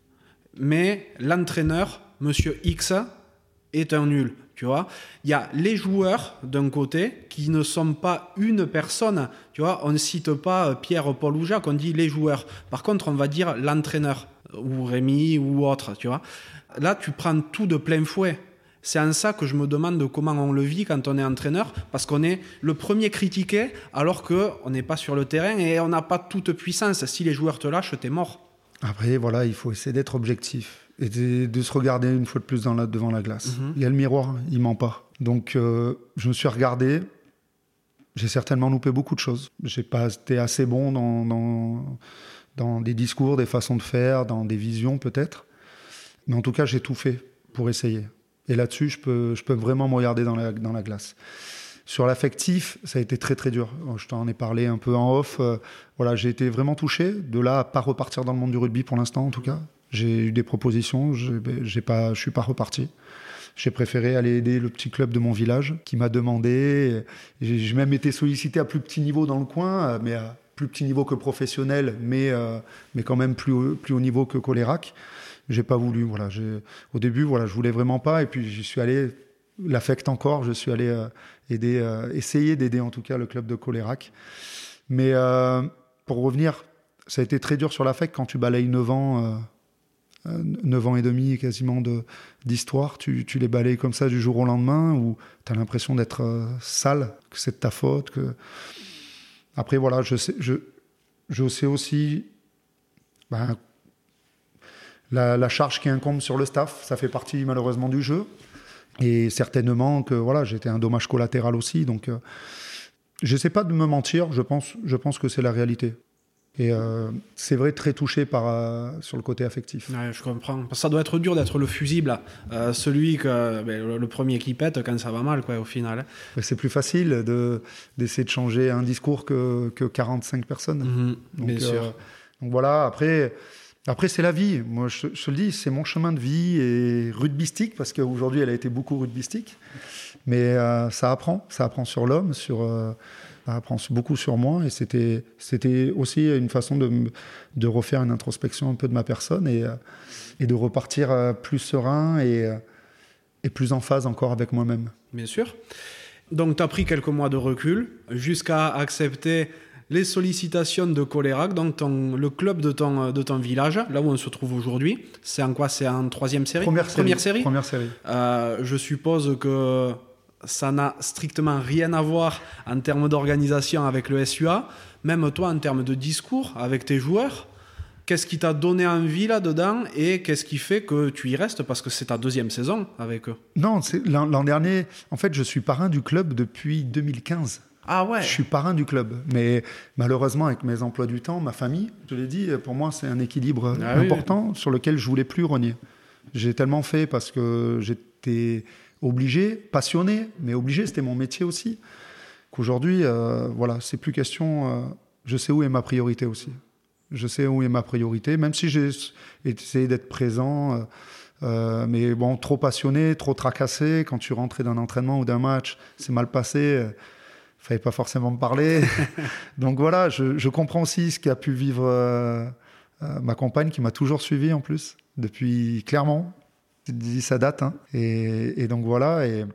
mais l'entraîneur, Monsieur X, est un nul. Tu vois, il y a les joueurs d'un côté qui ne sont pas une personne. Tu vois, on ne cite pas Pierre, Paul ou Jacques, on dit les joueurs. Par contre, on va dire l'entraîneur ou Rémi ou autre. Tu vois, là, tu prends tout de plein fouet. C'est en ça que je me demande comment on le vit quand on est entraîneur, parce qu'on est le premier critiqué alors qu'on n'est pas sur le terrain et on n'a pas toute puissance. Si les joueurs te lâchent, t'es mort. Après, voilà, il faut essayer d'être objectif et de, de se regarder une fois de plus dans la, devant la glace. Mm-hmm. Il y a le miroir, il ment pas. Donc, euh, je me suis regardé. J'ai certainement loupé beaucoup de choses. J'ai pas été assez bon dans, dans, dans des discours, des façons de faire, dans des visions peut-être. Mais en tout cas, j'ai tout fait pour essayer. Et là-dessus, je peux, je peux vraiment me regarder dans la, dans la glace. Sur l'affectif, ça a été très très dur. Je t'en ai parlé un peu en off. Euh, voilà, j'ai été vraiment touché. De là à pas repartir dans le monde du rugby pour l'instant, en tout cas. J'ai eu des propositions, j'ai, j'ai pas, je suis pas reparti. J'ai préféré aller aider le petit club de mon village qui m'a demandé. J'ai, j'ai même été sollicité à plus petit niveau dans le coin, mais à plus petit niveau que professionnel, mais, euh, mais quand même plus haut, plus haut niveau que Colérac. J'ai pas voulu. Voilà, j'ai, au début, voilà, je voulais vraiment pas. Et puis j'y suis allé. L'affecte encore, je suis allé euh, aider, euh, essayer d'aider en tout cas le club de Colérac. Mais euh, pour revenir, ça a été très dur sur l'affect quand tu balayes neuf ans, euh, neuf ans et demi quasiment de, d'histoire, tu, tu les balayes comme ça du jour au lendemain, où tu as l'impression d'être euh, sale, que c'est de ta faute. Que... Après voilà, je sais, je, je sais aussi ben, la, la charge qui incombe sur le staff, ça fait partie malheureusement du jeu. Et certainement que voilà, j'étais un dommage collatéral aussi. Donc, euh, j'essaie pas de me mentir. Je pense, je pense que c'est la réalité. Et euh, c'est vrai, très touché par, euh, sur le côté affectif. Ouais, je comprends. Parce que ça doit être dur d'être le fusible, euh, celui que ben, le, le premier qui pète quand ça va mal, quoi, au final. Mais c'est plus facile de, d'essayer de changer un discours que, que quarante-cinq personnes. Mmh, donc, bien euh, sûr. Donc voilà, après, après c'est la vie. Moi, je, je te le dis, c'est mon chemin de vie et rugbystique, parce qu'aujourd'hui, elle a été beaucoup rugbystique. Mais euh, ça apprend, ça apprend sur l'homme, sur... Euh, ça apprend beaucoup sur moi, et c'était, c'était aussi une façon de, de refaire une introspection un peu de ma personne et, et de repartir plus serein et, et plus en phase encore avec moi-même. Bien sûr. Donc, tu as pris quelques mois de recul jusqu'à accepter les sollicitations de Colérac, donc ton, le club de ton, de ton village, là où on se trouve aujourd'hui. C'est en quoi? C'est en troisième série? Première série. Première série. Première série. Euh, je suppose que ça n'a strictement rien à voir en termes d'organisation avec le S U A. Même toi, en termes de discours avec tes joueurs, qu'est-ce qui t'a donné envie là-dedans et qu'est-ce qui fait que tu y restes? Parce que c'est ta deuxième saison avec eux. Non, c'est, l'an, l'an dernier, en fait, je suis parrain du club depuis deux mille quinze. Ah ouais. Je suis parrain du club. Mais malheureusement, avec mes emplois du temps, ma famille, je l'ai dit, pour moi, c'est un équilibre ah important oui. sur lequel je ne voulais plus rogner. J'ai tellement fait parce que j'étais... obligé, passionné, mais obligé, c'était mon métier aussi, qu'aujourd'hui, euh, voilà, c'est plus question, euh, je sais où est ma priorité aussi. Je sais où est ma priorité, même si j'ai essayé d'être présent, euh, euh, mais bon, trop passionné, trop tracassé, quand tu rentrais d'un entraînement ou d'un match, c'est mal passé, euh, fallait pas forcément me parler. Donc voilà, je, je comprends aussi ce qu'a pu vivre euh, euh, ma compagne, qui m'a toujours suivi en plus, depuis Clermont. Ça date, hein. Et, et donc voilà. Et,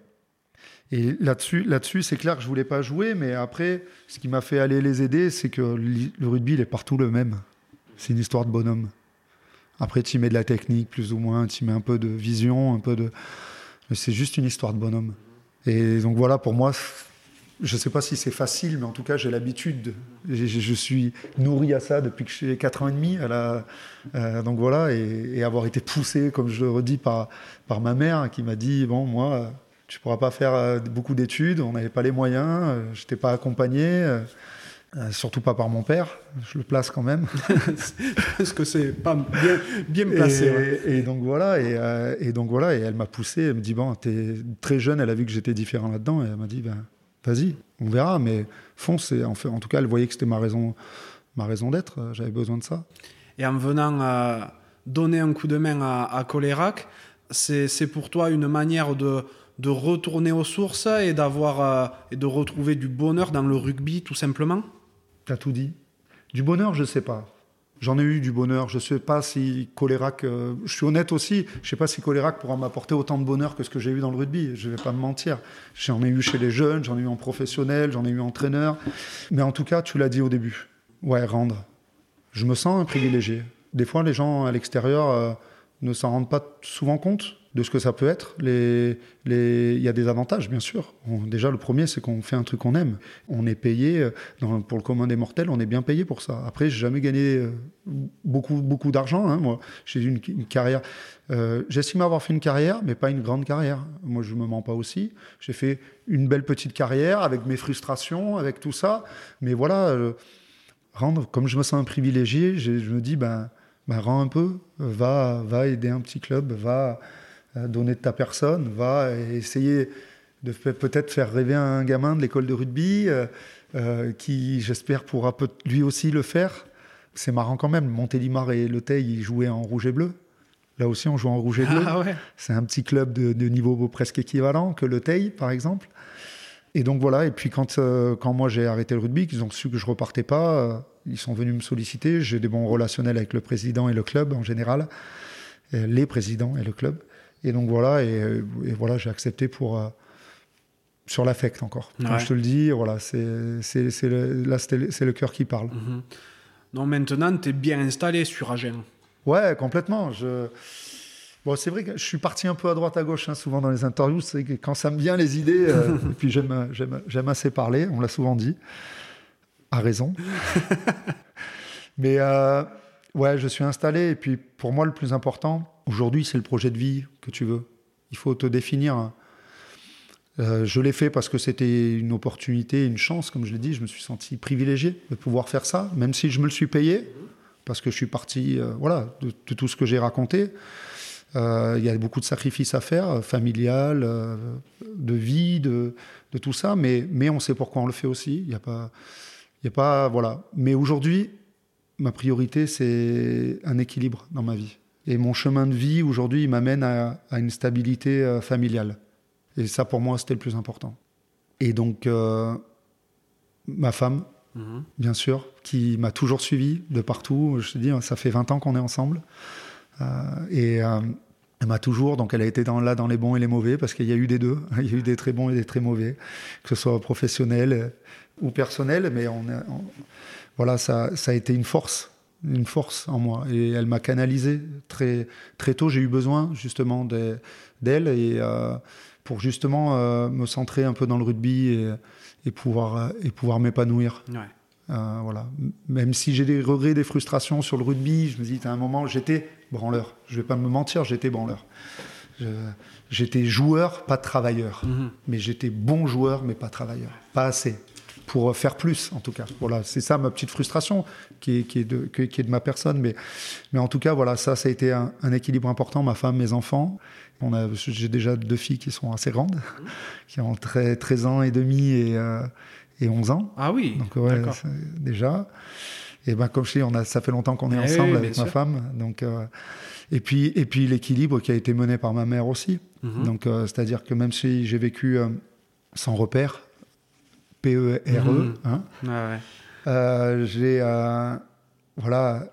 et là-dessus, là-dessus, c'est clair que je voulais pas jouer, mais après, ce qui m'a fait aller les aider, c'est que le rugby, il est partout le même. C'est une histoire de bonhomme. Après, tu y mets de la technique, plus ou moins, tu y mets un peu de vision, un peu de. Mais c'est juste une histoire de bonhomme. Et donc voilà, pour moi, je sais pas si c'est facile, mais en tout cas, j'ai l'habitude. De, je, je suis nourri à ça depuis que j'ai quatre ans et demi. À la, euh, donc voilà, et, et avoir été poussé, comme je le redis, par, par ma mère, qui m'a dit, bon, moi, tu pourras pas faire beaucoup d'études, on n'avait pas les moyens, je n'étais pas accompagné, euh, surtout pas par mon père, je le place quand même. Parce que c'est pas bien, bien placé. Et, ouais. et donc voilà, et, euh, et donc voilà, et elle m'a poussé, elle me dit, bon, t'es très jeune, elle a vu que j'étais différent là-dedans, et elle m'a dit, ben, vas-y, on verra, mais fonce. Et en, fait, en tout cas, elle voyait que c'était ma raison, ma raison d'être. J'avais besoin de ça. Et en venant euh, donner un coup de main à, à Colérac, c'est, c'est pour toi une manière de, de retourner aux sources et, d'avoir, euh, et de retrouver du bonheur dans le rugby, tout simplement? T'as tout dit. Du bonheur, je ne sais pas. J'en ai eu du bonheur. Je ne sais pas si Colérac... Euh, je suis honnête aussi, je ne sais pas si Colérac pourra m'apporter autant de bonheur que ce que j'ai eu dans le rugby. Je ne vais pas me mentir. J'en ai eu chez les jeunes, j'en ai eu en professionnel, j'en ai eu en entraîneur. Mais en tout cas, tu l'as dit au début. Ouais, rendre. Je me sens un privilégié. Des fois, les gens à l'extérieur euh, ne s'en rendent pas souvent compte de ce que ça peut être. Les, les... Il y a des avantages, bien sûr. On, déjà, le premier, c'est qu'on fait un truc qu'on aime. On est payé, dans, pour le commun des mortels, on est bien payé pour ça. Après, j'ai jamais gagné euh, beaucoup, beaucoup d'argent. Hein, moi, j'ai eu une, une carrière... Euh, j'estime avoir fait une carrière, mais pas une grande carrière. Moi, je ne me mens pas aussi. J'ai fait une belle petite carrière avec mes frustrations, avec tout ça. Mais voilà, euh, rendre, comme je me sens un privilégié, je me dis, ben, ben, rends un peu, va, va aider un petit club, va... donner de ta personne, va essayer de peut-être faire rêver un gamin de l'école de rugby euh, euh, qui, j'espère, pourra peut- lui aussi le faire. C'est marrant quand même, Montélimar et Le Teil, ils jouaient en rouge et bleu. Là aussi, on joue en rouge et bleu. Ah ouais. C'est un petit club de, de niveau presque équivalent que Le Teil, par exemple. Et donc voilà, et puis quand, euh, quand moi j'ai arrêté le rugby, qu'ils ont su que je ne repartais pas, euh, ils sont venus me solliciter. J'ai des bons relationnels avec le président et le club en général, euh, les présidents et le club. Et donc voilà, et, et voilà, j'ai accepté pour euh, sur l'affect encore. Comme ouais. je te le dis, voilà, c'est, c'est, c'est le, là c'est, c'est le cœur qui parle. Mm-hmm. Donc maintenant, tu es bien installé sur Agen. Ouais, complètement. Je... Bon, c'est vrai que je suis parti un peu à droite à gauche, hein, souvent dans les interviews. C'est que quand ça me vient les idées, euh, et puis j'aime, j'aime, j'aime assez parler. On l'a souvent dit, à raison. Mais euh, ouais, je suis installé. Et puis pour moi, le plus important. Aujourd'hui, c'est le projet de vie que tu veux. Il faut te définir Euh, je l'ai fait parce que c'était une opportunité, une chance, comme je l'ai dit. Je me suis senti privilégié de pouvoir faire ça, même si je me le suis payé, parce que je suis parti euh, voilà, de, de tout ce que j'ai raconté. Euh, il y a beaucoup de sacrifices à faire, euh, familial, euh, de vie, de, de tout ça, mais, mais on sait pourquoi on le fait aussi. Il y a pas, il y a pas, voilà. Mais aujourd'hui, ma priorité, c'est un équilibre dans ma vie. Et mon chemin de vie, aujourd'hui, il m'amène à, à une stabilité euh, familiale. Et ça, pour moi, c'était le plus important. Et donc, euh, ma femme, mmh. bien sûr, qui m'a toujours suivi de partout. Je te dis, ça fait vingt ans qu'on est ensemble. Euh, et euh, elle m'a toujours, donc elle a été dans, là dans les bons et les mauvais, parce qu'il y a eu des deux. Il y a eu des très bons et des très mauvais, que ce soit professionnel ou personnel. Mais on a, on, voilà, ça, ça a été une force, une force en moi. Et elle m'a canalisé très, très tôt. J'ai eu besoin, justement, de, d'elle. Et... Euh, pour justement euh, me centrer un peu dans le rugby et, et, pouvoir, euh, et pouvoir m'épanouir. Ouais. Euh, voilà. Même si j'ai des regrets, des frustrations sur le rugby, je me dis, à un moment, j'étais branleur. Je ne vais pas me mentir, j'étais branleur. Je, j'étais joueur, pas travailleur. Mm-hmm. Mais j'étais bon joueur, mais pas travailleur. Pas assez. Pour faire plus, en tout cas. Voilà, c'est ça ma petite frustration qui est, qui est, de, qui est de ma personne. Mais, mais en tout cas, voilà, ça, ça a été un, un équilibre important. Ma femme, mes enfants. On a, j'ai déjà deux filles qui sont assez grandes, mmh. qui ont treize ans et demi et, euh, et onze ans. Ah oui, donc, ouais, d'accord. Déjà. Et ben, comme je dis, on a, ça fait longtemps qu'on est eh ensemble oui, avec ma sûr. femme. Donc, euh, et, puis, et puis l'équilibre qui a été mené par ma mère aussi. Mmh. Donc, euh, c'est-à-dire que même si j'ai vécu euh, sans repère, P E R E, mmh. hein, ah ouais. euh, j'ai... Euh, voilà,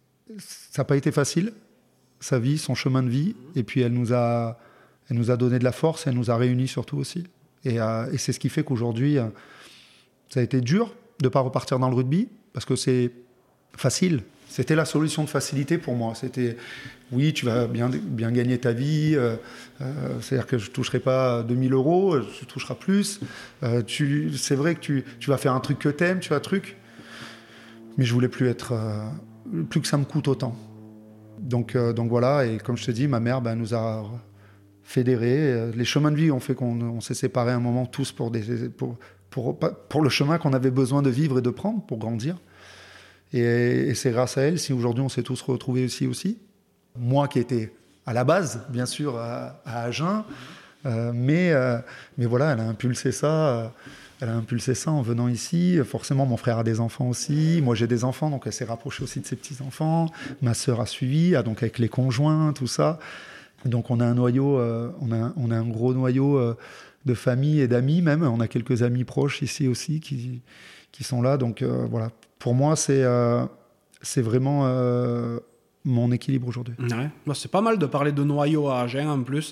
ça n'a pas été facile. Sa vie, son chemin de vie, et puis elle nous a, elle nous a donné de la force, elle nous a réunis surtout aussi. Et, euh, et c'est ce qui fait qu'aujourd'hui, euh, ça a été dur de ne pas repartir dans le rugby, parce que c'est facile. C'était la solution de facilité pour moi. C'était, oui, tu vas bien, bien gagner ta vie, euh, euh, c'est-à-dire que je ne toucherai pas deux mille euros, tu toucheras plus. Euh, tu, c'est vrai que tu, tu vas faire un truc que tu aimes, tu vas un truc, mais je ne voulais plus être, euh, plus que ça me coûte autant. Donc, euh, donc voilà, et comme je te dis, ma mère ben, nous a fédérés. Les chemins de vie ont fait qu'on on s'est séparés un moment tous pour, des, pour, pour, pour le chemin qu'on avait besoin de vivre et de prendre pour grandir. Et, et c'est grâce à elle si aujourd'hui on s'est tous retrouvés ici aussi. Moi qui étais à la base, bien sûr, à, à Agen, euh, mais, euh, mais voilà, elle a impulsé ça. Euh, Elle a impulsé ça en venant ici. Forcément, mon frère a des enfants aussi. Moi, j'ai des enfants, donc elle s'est rapprochée aussi de ses petits-enfants. Ma sœur a suivi, ah, donc avec les conjoints, tout ça. Donc, on a un noyau, euh, on, a, on a un gros noyau euh, de famille et d'amis même. On a quelques amis proches ici aussi qui, qui sont là. Donc, euh, voilà. Pour moi, c'est, euh, c'est vraiment euh, mon équilibre aujourd'hui. Ouais. Bah, c'est pas mal de parler de noyau à Agen en plus.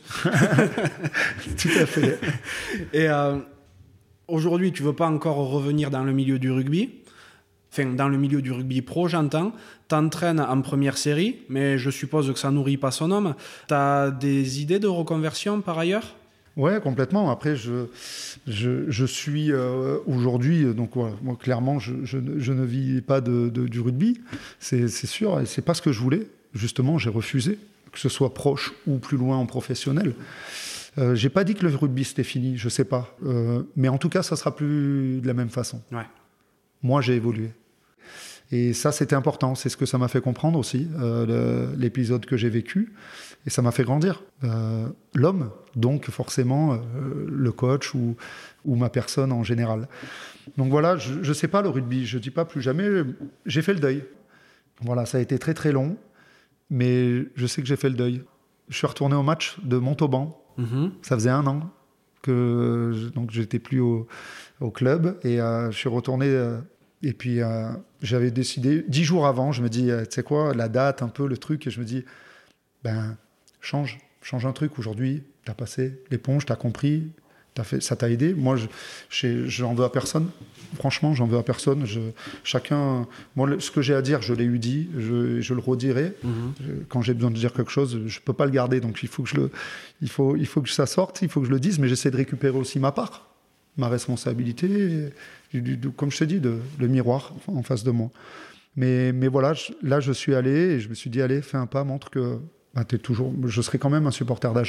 Tout à fait. Et... Euh... Aujourd'hui, tu ne veux pas encore revenir dans le milieu du rugby. Enfin, dans le milieu du rugby pro, j'entends. Tu entraînes en première série, mais je suppose que ça ne nourrit pas son homme. Tu as des idées de reconversion par ailleurs ? Oui, complètement. Après, je, je, je suis euh, aujourd'hui... Donc, voilà, moi, clairement, je, je, je ne vis pas de, de, du rugby. C'est, c'est sûr, et ce n'est pas ce que je voulais. Justement, j'ai refusé, que ce soit proche ou plus loin en professionnel. Euh, j'ai pas dit que le rugby c'était fini, je sais pas, euh, mais en tout cas ça sera plus de la même façon. Ouais. Moi j'ai évolué et ça c'était important, c'est ce que ça m'a fait comprendre aussi, euh, le, l'épisode que j'ai vécu, et ça m'a fait grandir. Euh, l'homme, donc forcément euh, le coach ou, ou ma personne en général. Donc voilà, je, je sais pas le rugby, je dis pas plus jamais, j'ai fait le deuil. Voilà, ça a été très très long, mais je sais que j'ai fait le deuil. Je suis retourné au match de Montauban. Mmh. Ça faisait un an que je, donc j'étais plus au, au club et euh, je suis retourné euh, et puis euh, j'avais décidé dix jours avant, je me dis euh, tu sais quoi, la date un peu le truc, et je me dis ben change change un truc aujourd'hui, t'as passé l'éponge, t'as compris, t'as fait, ça t'a aidé. Moi je, je, j'en veux à personne, franchement j'en veux à personne. Je, chacun, moi ce que j'ai à dire je l'ai eu dit, je, je le redirai. Mmh. Quand j'ai besoin de dire quelque chose je peux pas le garder, donc il faut que je le, il faut, il faut que ça sorte, il faut que je le dise, mais j'essaie de récupérer aussi ma part, ma responsabilité, du, du, du, comme je t'ai dit, de, le miroir en face de moi. Mais, mais voilà, je, là je suis allé et je me suis dit allez fais un pas, montre que ben, t'es toujours, je serai quand même un supporter d'Agen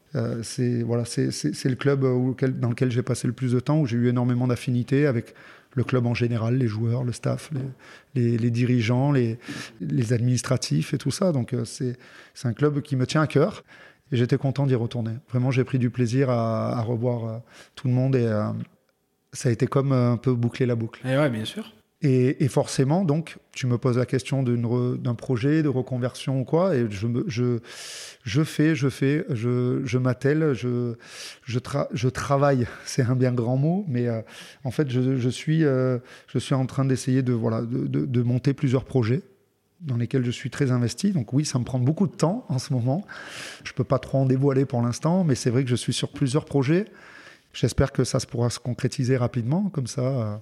Euh, c'est, voilà, c'est, c'est, c'est le club auquel, dans lequel j'ai passé le plus de temps, où j'ai eu énormément d'affinités avec le club en général, les joueurs, le staff, les, les, les dirigeants, les, les administratifs et tout ça. Donc euh, c'est, c'est un club qui me tient à cœur et j'étais content d'y retourner. Vraiment, j'ai pris du plaisir à, à revoir euh, tout le monde et euh, ça a été comme euh, un peu boucler la boucle. Et ouais, bien sûr. Et, et forcément, donc, tu me poses la question d'une re, d'un projet, de reconversion ou quoi, et je, me, je, je fais, je fais, je, je m'attelle, je, je, tra- je travaille, c'est un bien grand mot, mais euh, en fait, je, je, suis, euh, je suis en train d'essayer de, voilà, de, de, de monter plusieurs projets dans lesquels je suis très investi. Donc oui, ça me prend beaucoup de temps en ce moment. Je ne peux pas trop en dévoiler pour l'instant, mais c'est vrai que je suis sur plusieurs projets. J'espère que ça se pourra se concrétiser rapidement, comme ça... Euh,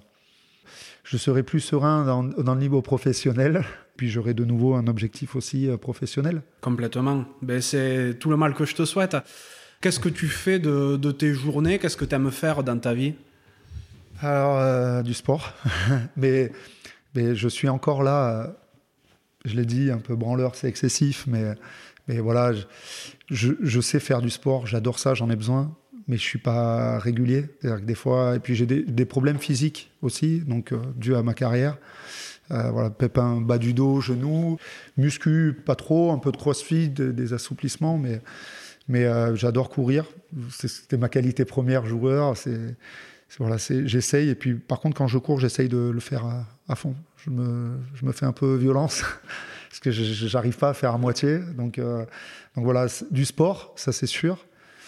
je serai plus serein dans, dans le niveau professionnel, puis j'aurai de nouveau un objectif aussi euh, professionnel. Complètement. Ben, c'est tout le mal que je te souhaite. Qu'est-ce que tu fais de, de tes journées ? Qu'est-ce que tu aimes faire dans ta vie ? Alors, euh, du sport. mais, mais je suis encore là, euh, je l'ai dit, un peu branleur, c'est excessif, mais, mais voilà, je, je, je sais faire du sport, j'adore ça, j'en ai besoin. Mais je ne suis pas régulier. C'est-à-dire que des fois, et puis j'ai des, des problèmes physiques aussi, donc euh, dû à ma carrière. Euh, voilà, pépin bas du dos, genou, muscu, pas trop, un peu de crossfit, de, des assouplissements, mais, mais euh, j'adore courir. C'est, c'était ma qualité première joueur. C'est, c'est, voilà, c'est, j'essaye. Et puis, par contre, quand je cours, j'essaye de le faire à, à fond. Je me, je me fais un peu violence parce que je n'arrive pas à faire à moitié. Donc, euh, donc voilà, du sport, ça c'est sûr.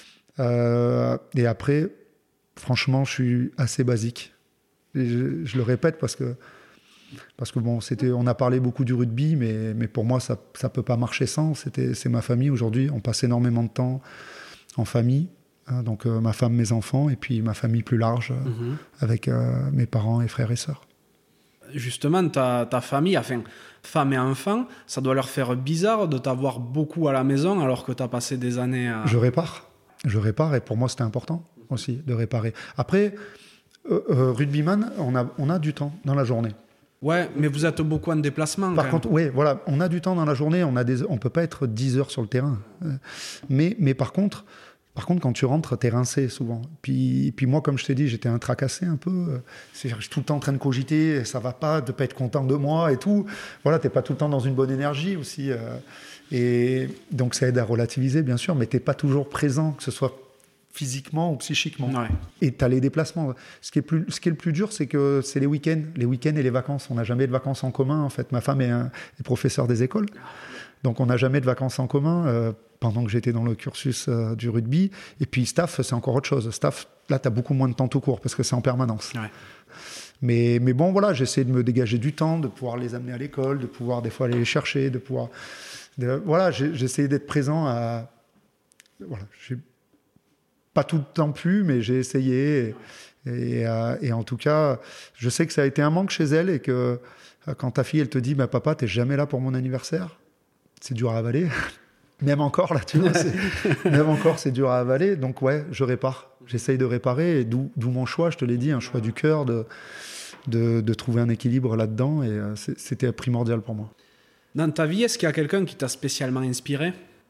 Euh, et après, franchement, je suis assez basique. Et je, je le répète parce que, parce que bon, c'était, on a parlé beaucoup du rugby, mais, mais pour moi, ça ne peut pas marcher sans. C'était, c'est ma famille aujourd'hui. On passe énormément de temps en famille. Hein, donc euh, ma femme, mes enfants, et puis ma famille plus large, euh, mmh. avec euh, mes parents et frères et sœurs. Justement, ta, ta famille, enfin, femme et enfants, ça doit leur faire bizarre de t'avoir beaucoup à la maison alors que tu as passé des années à... Je répare. Je répare et pour moi c'était important aussi de réparer. Après, euh, euh, rugbyman, on a, on a du temps dans la journée. Ouais, mais vous êtes beaucoup en déplacement. Par contre, oui, voilà, on a du temps dans la journée, on a des, on peut pas être dix heures sur le terrain. Mais, mais par contre, par contre, quand tu rentres, t'es rincé souvent. Puis, puis moi, comme je t'ai dit, j'étais un tracassé un peu. C'est-à-dire, je suis tout le temps en train de cogiter, ça va pas, de pas être content de moi et tout. Voilà, t'es pas tout le temps dans une bonne énergie aussi. Euh, Et donc ça aide à relativiser, bien sûr, mais tu n'es pas toujours présent, que ce soit physiquement ou psychiquement. Ouais. Et tu as les déplacements. Ce qui, est plus, ce qui est le plus dur, c'est que c'est les week-ends. Les week-ends et les vacances. On n'a jamais de vacances en commun, en fait. Ma femme est, un, est professeure des écoles. Donc on n'a jamais de vacances en commun euh, pendant que j'étais dans le cursus euh, du rugby. Et puis staff, c'est encore autre chose. Staff, là, tu as beaucoup moins de temps tout court parce que c'est en permanence. Ouais. Mais, mais bon, voilà, j'essaie de me dégager du temps, de pouvoir les amener à l'école, de pouvoir des fois aller les chercher, de pouvoir... De, voilà, j'ai, j'ai essayé d'être présent à... Voilà, j'ai pas tout le temps pu, mais j'ai essayé. Et, et, euh, et en tout cas, je sais que ça a été un manque chez elle et que euh, quand ta fille, elle te dit bah, « Papa, t'es jamais là pour mon anniversaire », c'est dur à avaler. Même encore, là, tu vois, c'est, même encore, c'est dur à avaler. Donc ouais, je répare. J'essaye de réparer. Et d'où, d'où mon choix, je te l'ai dit, un choix du cœur de, de, de trouver un équilibre là-dedans. Et euh, c'était primordial pour moi. Dans ta vie, est-ce qu'il y a quelqu'un qui t'a spécialement inspiré ?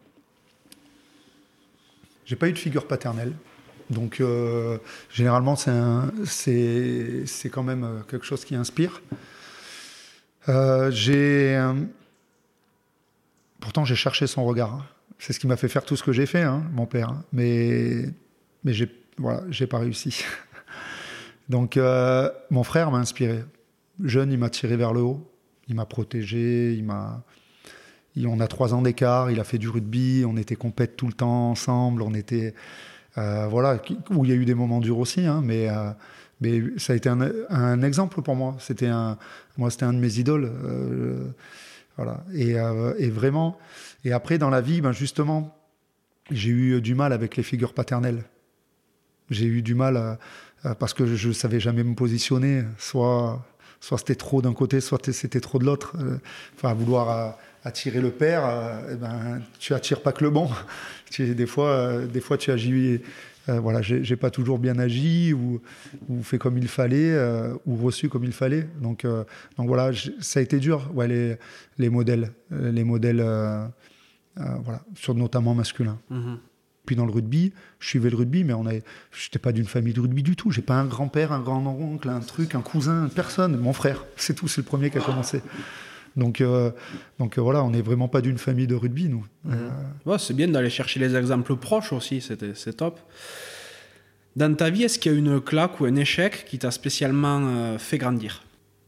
J'ai pas eu de figure paternelle. Donc, euh, généralement, c'est, un, c'est, c'est quand même quelque chose qui inspire. Euh, j'ai... Euh, pourtant, j'ai cherché son regard. C'est ce qui m'a fait faire tout ce que j'ai fait, hein, mon père. Mais, mais j'ai, voilà, j'ai pas réussi. Donc, euh, mon frère m'a inspiré. Jeune, il m'a tiré vers le haut. Il m'a protégé, il m'a... Il, on a trois ans d'écart, il a fait du rugby, on était compète tout le temps ensemble, on était... Euh, voilà, où il y a eu des moments durs aussi, hein, mais, euh, mais ça a été un, un exemple pour moi. C'était un, moi, c'était un de mes idoles. Euh, voilà. Et, euh, et vraiment... Et après, dans la vie, ben justement, j'ai eu du mal avec les figures paternelles. J'ai eu du mal à, à, parce que je ne savais jamais me positionner, soit... Soit c'était trop d'un côté, soit c'était trop de l'autre. Enfin, à vouloir euh, attirer le père, euh, eh ben, tu attires pas que le bon. Tu, des, fois, euh, des fois, tu agis... Euh, voilà, j'ai, j'ai pas toujours bien agi ou, ou fait comme il fallait euh, ou reçu comme il fallait. Donc, euh, donc voilà, ça a été dur. Ouais, les, les modèles, les modèles, euh, euh, voilà, sur notamment masculins. Mmh. Puis dans le rugby, je suivais le rugby, mais on avait, j'étais pas d'une famille de rugby du tout. J'ai pas un grand-père, un grand-oncle, un truc, un cousin, personne. Mon frère, c'est tout, c'est le premier qui a commencé. Donc, euh, donc euh, voilà, on n'est vraiment pas d'une famille de rugby, nous. Mmh. Euh... Ouais, c'est bien d'aller chercher les exemples proches aussi, c'est, c'est top. Dans ta vie, est-ce qu'il y a une claque ou un échec qui t'a spécialement euh, fait grandir ?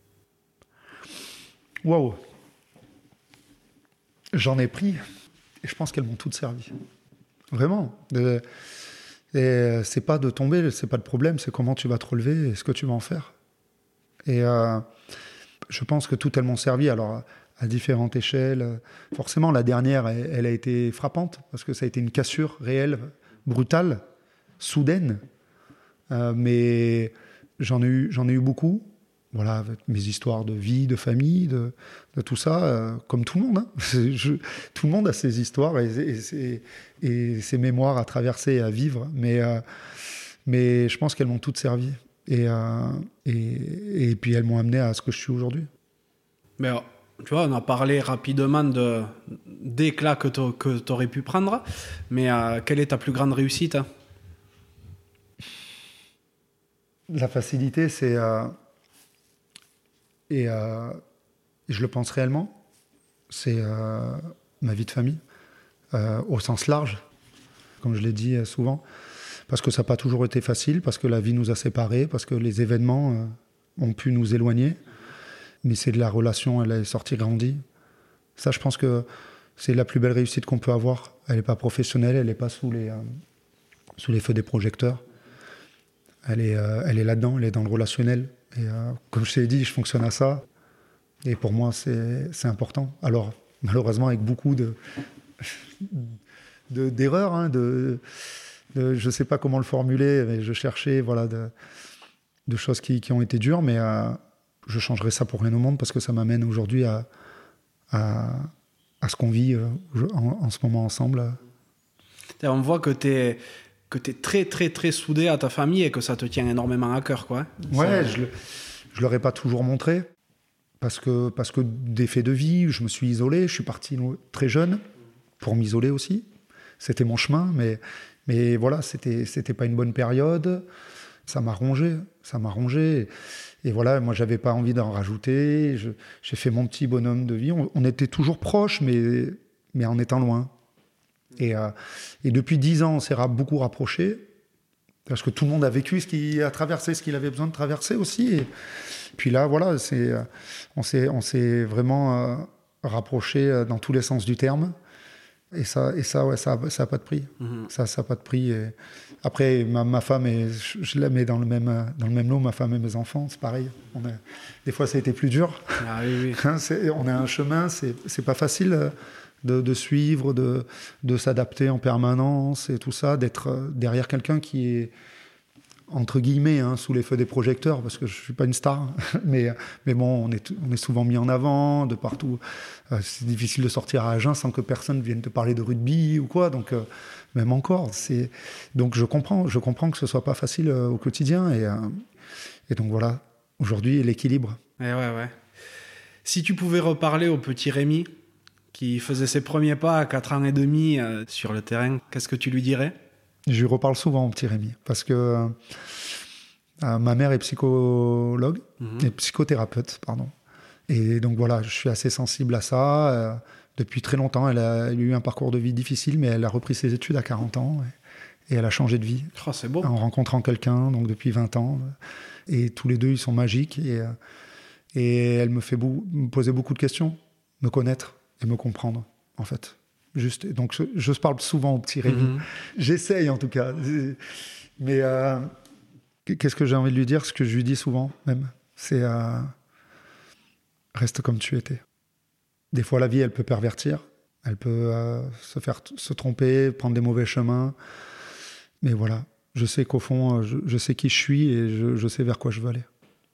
Waouh ! J'en ai pris, et je pense qu'elles m'ont toutes servi. Vraiment. Et, et c'est pas de tomber, c'est pas le problème, c'est comment tu vas te relever et ce que tu vas en faire. Et euh, je pense que toutes elles m'ont servi, alors à différentes échelles. Forcément, la dernière, elle, elle a été frappante, parce que ça a été une cassure réelle, brutale, soudaine. Euh, mais j'en ai eu, j'en ai eu beaucoup. Voilà, avec mes histoires de vie, de famille, de, de tout ça, euh, comme tout le monde. Hein. Je, tout le monde a ses histoires et, et, et, et ses mémoires à traverser et à vivre. Mais, euh, mais je pense qu'elles m'ont toutes servi. Et, euh, et, et puis elles m'ont amené à ce que je suis aujourd'hui. Mais alors, tu vois, on a parlé rapidement de, d'éclats que tu aurais pu prendre. Mais euh, quelle est ta plus grande réussite ? La facilité, c'est... Euh, Et, euh, et je le pense réellement, c'est euh, ma vie de famille, euh, au sens large, comme je l'ai dit souvent, parce que ça n'a pas toujours été facile, parce que la vie nous a séparés, parce que les événements euh, ont pu nous éloigner, mais c'est de la relation, elle est sortie grandie. Ça, je pense que c'est la plus belle réussite qu'on peut avoir. Elle n'est pas professionnelle, elle n'est pas sous les, euh, sous les feux des projecteurs. Elle est, euh, elle est là-dedans, elle est dans le relationnel. Et euh, comme je t'ai dit, je fonctionne à ça. Et pour moi, c'est, c'est important. Alors, malheureusement, avec beaucoup de, de, d'erreurs, hein, de, de, je ne sais pas comment le formuler, mais je cherchais voilà, de, de choses qui, qui ont été dures, mais euh, je changerai ça pour rien au monde parce que ça m'amène aujourd'hui à, à, à ce qu'on vit euh, en, en ce moment ensemble. On voit que tu es... que tu es très, très, très soudé à ta famille et que ça te tient énormément à cœur, quoi. Ouais, ça... je ne leur ai pas toujours montré, parce que, parce que des faits de vie, je me suis isolé, je suis parti très jeune pour m'isoler aussi. C'était mon chemin, mais, mais voilà, c'était, c'était pas une bonne période. Ça m'a rongé, ça m'a rongé. Et voilà, moi, j'avais pas envie d'en rajouter. Je, j'ai fait mon petit bonhomme de vie. On, on était toujours proches, mais, mais en étant loin. Et, euh, et depuis dix ans, on s'est beaucoup rapprochés, parce que tout le monde a vécu ce qu'il a traversé, ce qu'il avait besoin de traverser aussi. Et puis là, voilà, c'est, on, s'est, on s'est vraiment euh, rapprochés dans tous les sens du terme. Et ça, et ça, ouais, ça n'a ça a pas de prix. Mm-hmm. Ça, ça a pas de prix. Et après, ma, ma femme, est, je, je la mets dans le, même, dans le même lot, ma femme et mes enfants, c'est pareil. On a, des fois, ça a été plus dur. Ah, oui, oui. c'est, on a un chemin, c'est, c'est pas facile. De, de suivre, de, de s'adapter en permanence et tout ça, d'être derrière quelqu'un qui est, entre guillemets, hein, sous les feux des projecteurs, parce que je ne suis pas une star, mais, mais bon, on est, on est souvent mis en avant de partout. Euh, c'est difficile de sortir à Agen sans que personne vienne te parler de rugby ou quoi, donc euh, même encore. C'est... Donc je comprends, je comprends que ce ne soit pas facile euh, au quotidien, et, euh, et donc voilà, aujourd'hui, l'équilibre. Ouais, ouais, ouais. Si tu pouvais reparler au petit Rémi, qui faisait ses premiers pas à quatre ans et demi euh, sur le terrain, qu'est-ce que tu lui dirais ? Je lui reparle souvent au petit Rémi, parce que euh, ma mère est psychologue, mmh. et psychothérapeute, pardon. Et donc voilà, je suis assez sensible à ça. Euh, depuis très longtemps, elle a, elle a eu un parcours de vie difficile, mais elle a repris ses études à quarante ans, et, et elle a changé de vie. Oh, c'est beau. En rencontrant quelqu'un, donc depuis vingt ans. Et tous les deux, ils sont magiques. Et, et elle me fait beau, me poser beaucoup de questions, me connaître. Et me comprendre, en fait. Juste, donc, je, je parle souvent au petit Rémi. Mm-hmm. J'essaye, en tout cas. Mais euh, qu'est-ce que j'ai envie de lui dire ? Ce que je lui dis souvent, même, c'est euh, reste comme tu étais. Des fois, la vie, elle peut pervertir. Elle peut euh, se faire t- se tromper, prendre des mauvais chemins. Mais voilà, je sais qu'au fond, je, je sais qui je suis et je, je sais vers quoi je veux aller.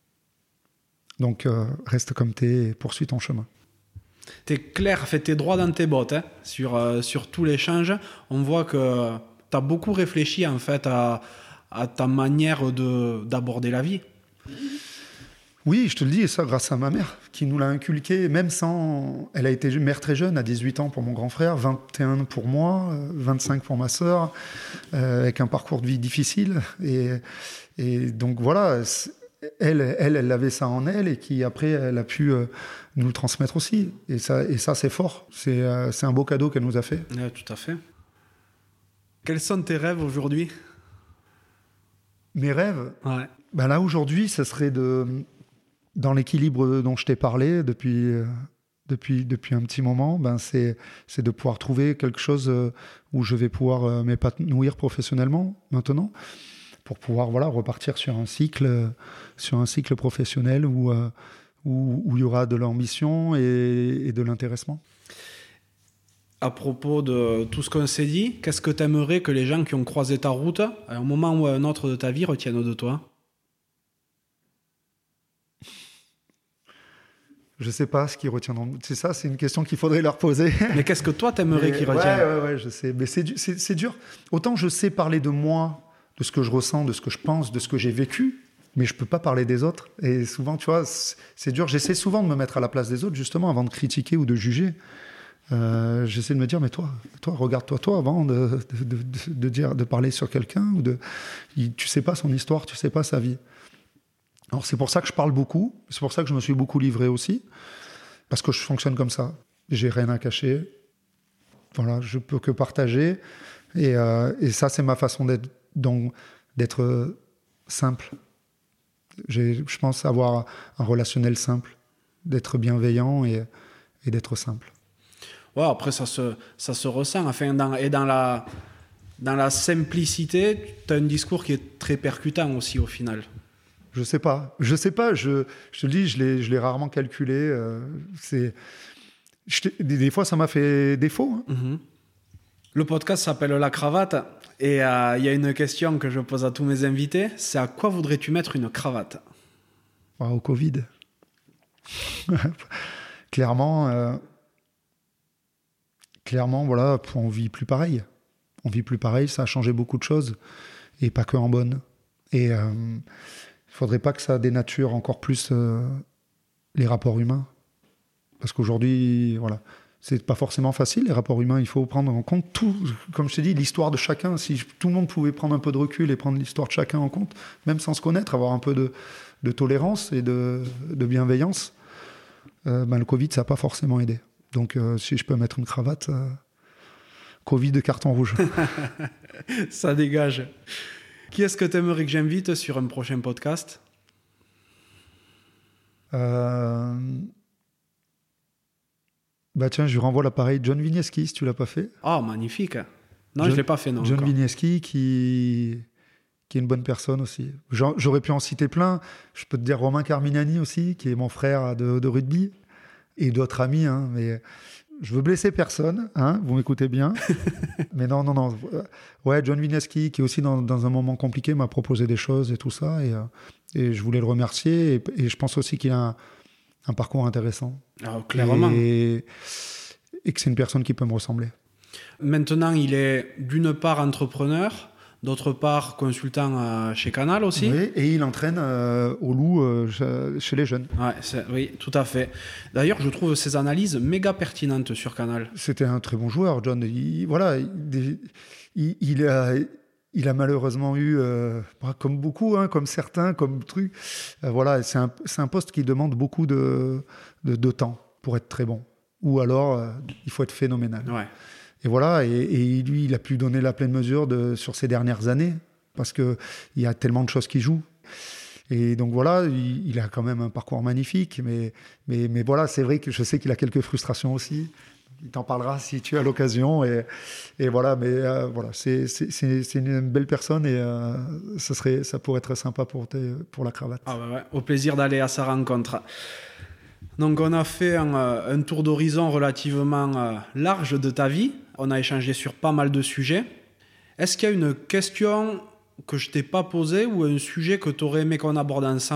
Donc, euh, reste comme t'es et poursuis ton chemin. T'es clair, fait t'es droit dans tes bottes, hein, sur, euh, sur tout l'échange. On voit que t'as beaucoup réfléchi en fait à, à ta manière de, d'aborder la vie. Oui, je te le dis, et ça grâce à ma mère, qui nous l'a inculqué, même sans... Elle a été mère très jeune, à dix-huit ans pour mon grand frère, vingt et un pour moi, vingt-cinq pour ma sœur, euh, avec un parcours de vie difficile. Et, et donc voilà, elle, elle, elle avait ça en elle, et qui après, elle a pu euh, nous le transmettre aussi. Et ça, et ça c'est fort. C'est, euh, c'est un beau cadeau qu'elle nous a fait. Ouais, tout à fait. Quels sont tes rêves aujourd'hui ? Mes rêves ? Ouais. Ben là, aujourd'hui, ce serait de... Dans l'équilibre dont je t'ai parlé depuis, euh, depuis, depuis un petit moment, ben c'est, c'est de pouvoir trouver quelque chose euh, où je vais pouvoir euh, m'épanouir professionnellement maintenant, pour pouvoir voilà, repartir sur un cycle, euh, sur un cycle professionnel où, euh, où, où il y aura de l'ambition et, et de l'intéressement. À propos de tout ce qu'on s'est dit, qu'est-ce que tu aimerais que les gens qui ont croisé ta route, à un moment ou à un autre de ta vie, retiennent de toi ? Je sais pas ce qu'ils retiendront. C'est ça, c'est une question qu'il faudrait leur poser. Mais qu'est-ce que toi, t'aimerais qu'ils retiennent ? Ouais, ouais, ouais, je sais. Mais c'est, c'est, c'est dur. Autant je sais parler de moi, de ce que je ressens, de ce que je pense, de ce que j'ai vécu, mais je peux pas parler des autres. Et souvent, tu vois, c'est, c'est dur. J'essaie souvent de me mettre à la place des autres, justement, avant de critiquer ou de juger. Euh, j'essaie de me dire, mais toi, toi, regarde-toi, toi, avant de, de, de, de, de dire, de parler sur quelqu'un, ou de, tu sais pas son histoire, tu sais pas sa vie. Alors c'est pour ça que je parle beaucoup, c'est pour ça que je me suis beaucoup livré aussi, parce que je fonctionne comme ça. J'ai rien à cacher, voilà, je peux que partager, et, euh, et ça c'est ma façon d'être, donc, d'être euh, simple. J'ai, je pense avoir un relationnel simple, d'être bienveillant et, et d'être simple. Ouais, après ça se, ça se ressent, enfin, dans, et dans la, dans la simplicité, tu as un discours qui est très percutant aussi au final. Je sais pas. Je sais pas. Je, je te le dis, je l'ai, je l'ai rarement calculé. Euh, c'est, je des, des fois, ça m'a fait défaut. Hein. Mm-hmm. Le podcast s'appelle La Cravate. Et il euh, y a une question que je pose à tous mes invités. C'est à quoi voudrais-tu mettre une cravate ? Ah, au Covid. clairement, euh, clairement, voilà, on vit plus pareil. On vit plus pareil. Ça a changé beaucoup de choses. Et pas que en bonne. Et... Euh, il ne faudrait pas que ça dénature encore plus euh, les rapports humains. Parce qu'aujourd'hui, voilà, c'est pas forcément facile, les rapports humains. Il faut prendre en compte tout, comme je t'ai dit, l'histoire de chacun. Si tout le monde pouvait prendre un peu de recul et prendre l'histoire de chacun en compte, même sans se connaître, avoir un peu de, de tolérance et de, de bienveillance, euh, ben, le Covid, ça n'a pas forcément aidé. Donc, euh, si je peux mettre une cravate, euh, Covid de carton rouge. Ça dégage. Qui est-ce que tu aimerais que j'invite sur un prochain podcast ? euh... Bah tiens, je lui renvoie l'appareil. John Winieski, si tu l'as pas fait. Ah, oh, magnifique. Non, John, je l'ai pas fait, non. John Winieski, qui... qui est une bonne personne aussi. J'aurais pu en citer plein. Je peux te dire Romain Carminani aussi, qui est mon frère de, de rugby, et d'autres amis, hein, mais... Je veux blesser personne, hein, vous m'écoutez bien. Mais non, non, non. Ouais, John Winieski, qui est aussi dans, dans un moment compliqué, m'a proposé des choses et tout ça. Et, euh, et je voulais le remercier. Et, et je pense aussi qu'il a un, un parcours intéressant. Alors, clairement. Et, et que c'est une personne qui peut me ressembler. Maintenant, il est d'une part entrepreneur, d'autre part consultant euh, chez Canal aussi. Oui, et il entraîne euh, au Loup euh, chez les jeunes. Ouais, c'est, oui, tout à fait. D'ailleurs, je trouve ses analyses méga pertinentes sur Canal. C'était un très bon joueur, John. Il, voilà, il, il, il, a, il a malheureusement eu, euh, comme beaucoup, hein, comme certains, comme truc. Euh, voilà, c'est un, c'est un poste qui demande beaucoup de, de, de temps pour être très bon. Ou alors, euh, il faut être phénoménal. Ouais. Et voilà, et, et lui, il a pu donner la pleine mesure de, sur ces dernières années, parce qu'il y a tellement de choses qui jouent. Et donc voilà, il, il a quand même un parcours magnifique, mais, mais, mais voilà, c'est vrai que je sais qu'il a quelques frustrations aussi. Il t'en parlera si tu as l'occasion. Et, et voilà, mais euh, voilà, c'est, c'est, c'est, c'est une belle personne et euh, ça, serait, ça pourrait être sympa pour, tes, pour la cravate. Ah ouais, ouais. Au plaisir d'aller à sa rencontre. Donc on a fait un, un tour d'horizon relativement large de ta vie. On a échangé sur pas mal de sujets. Est-ce qu'il y a une question que je t'ai pas posée ou un sujet que tu aurais aimé qu'on aborde ensemble ?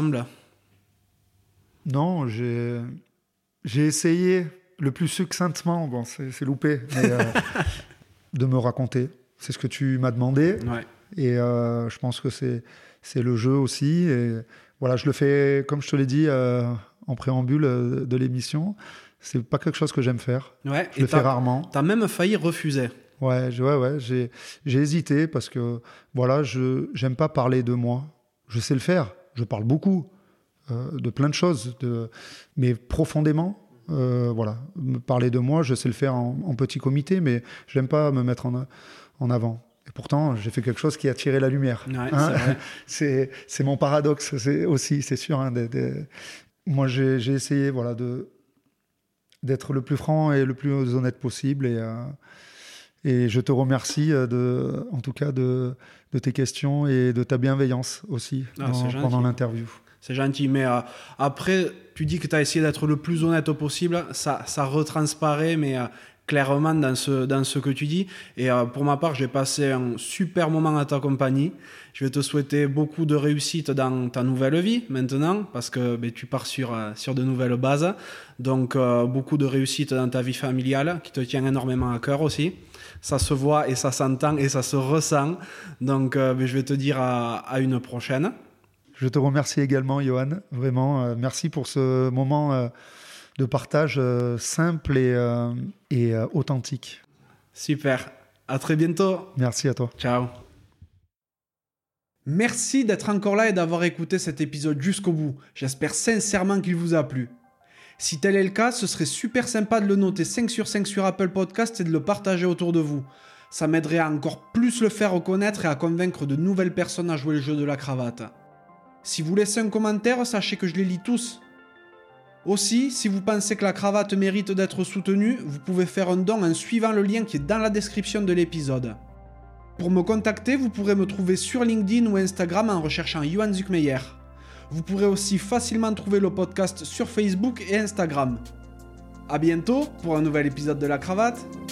Non, j'ai, j'ai essayé le plus succinctement, bon c'est, c'est loupé, mais, euh, de me raconter. C'est ce que tu m'as demandé. Ouais. Et euh, je pense que c'est, c'est le jeu aussi. Et voilà, je le fais, comme je te l'ai dit euh, en préambule euh, de l'émission, c'est pas quelque chose que j'aime faire. Ouais, je le fais rarement. T'as même failli refuser. Ouais, ouais, ouais, j'ai, j'ai hésité parce que voilà, je j'aime pas parler de moi. Je sais le faire, je parle beaucoup euh, de plein de choses, de, mais profondément, euh, voilà, me parler de moi, je sais le faire en, en petit comité, mais j'aime pas me mettre en, en avant. Et pourtant, j'ai fait quelque chose qui a attiré la lumière. Ouais, hein c'est, vrai. c'est, c'est mon paradoxe c'est aussi, c'est sûr. Hein, de, de... Moi, j'ai, j'ai essayé, voilà, de d'être le plus franc et le plus honnête possible et euh, Et je te remercie, de, en tout cas, de, de tes questions et de ta bienveillance aussi ah, dans, pendant l'interview. C'est gentil, mais euh, après, tu dis que tu as essayé d'être le plus honnête possible. Ça, ça retransparaît, mais euh, clairement dans ce, dans ce que tu dis. Et euh, pour ma part, j'ai passé un super moment à ta compagnie. Je vais te souhaiter beaucoup de réussite dans ta nouvelle vie maintenant, parce que ben, tu pars sur, euh, sur de nouvelles bases. Donc, euh, beaucoup de réussite dans ta vie familiale, qui te tient énormément à cœur aussi. Ça se voit et ça s'entend et ça se ressent. Donc, euh, ben, je vais te dire à, à une prochaine. Je te remercie également, Johan. Vraiment, euh, merci pour ce moment euh, de partage euh, simple et, euh, et euh, authentique. Super. À très bientôt. Merci à toi. Ciao. Merci d'être encore là et d'avoir écouté cet épisode jusqu'au bout. J'espère sincèrement qu'il vous a plu. Si tel est le cas, ce serait super sympa de le noter cinq sur cinq sur Apple Podcast et de le partager autour de vous. Ça m'aiderait à encore plus le faire reconnaître et à convaincre de nouvelles personnes à jouer le jeu de la cravate. Si vous laissez un commentaire, sachez que je les lis tous. Aussi, si vous pensez que la cravate mérite d'être soutenue, vous pouvez faire un don en suivant le lien qui est dans la description de l'épisode. Pour me contacter, vous pourrez me trouver sur LinkedIn ou Instagram en recherchant Johan Zuckmeyer. Vous pourrez aussi facilement trouver le podcast sur Facebook et Instagram. A bientôt pour un nouvel épisode de La Cravate.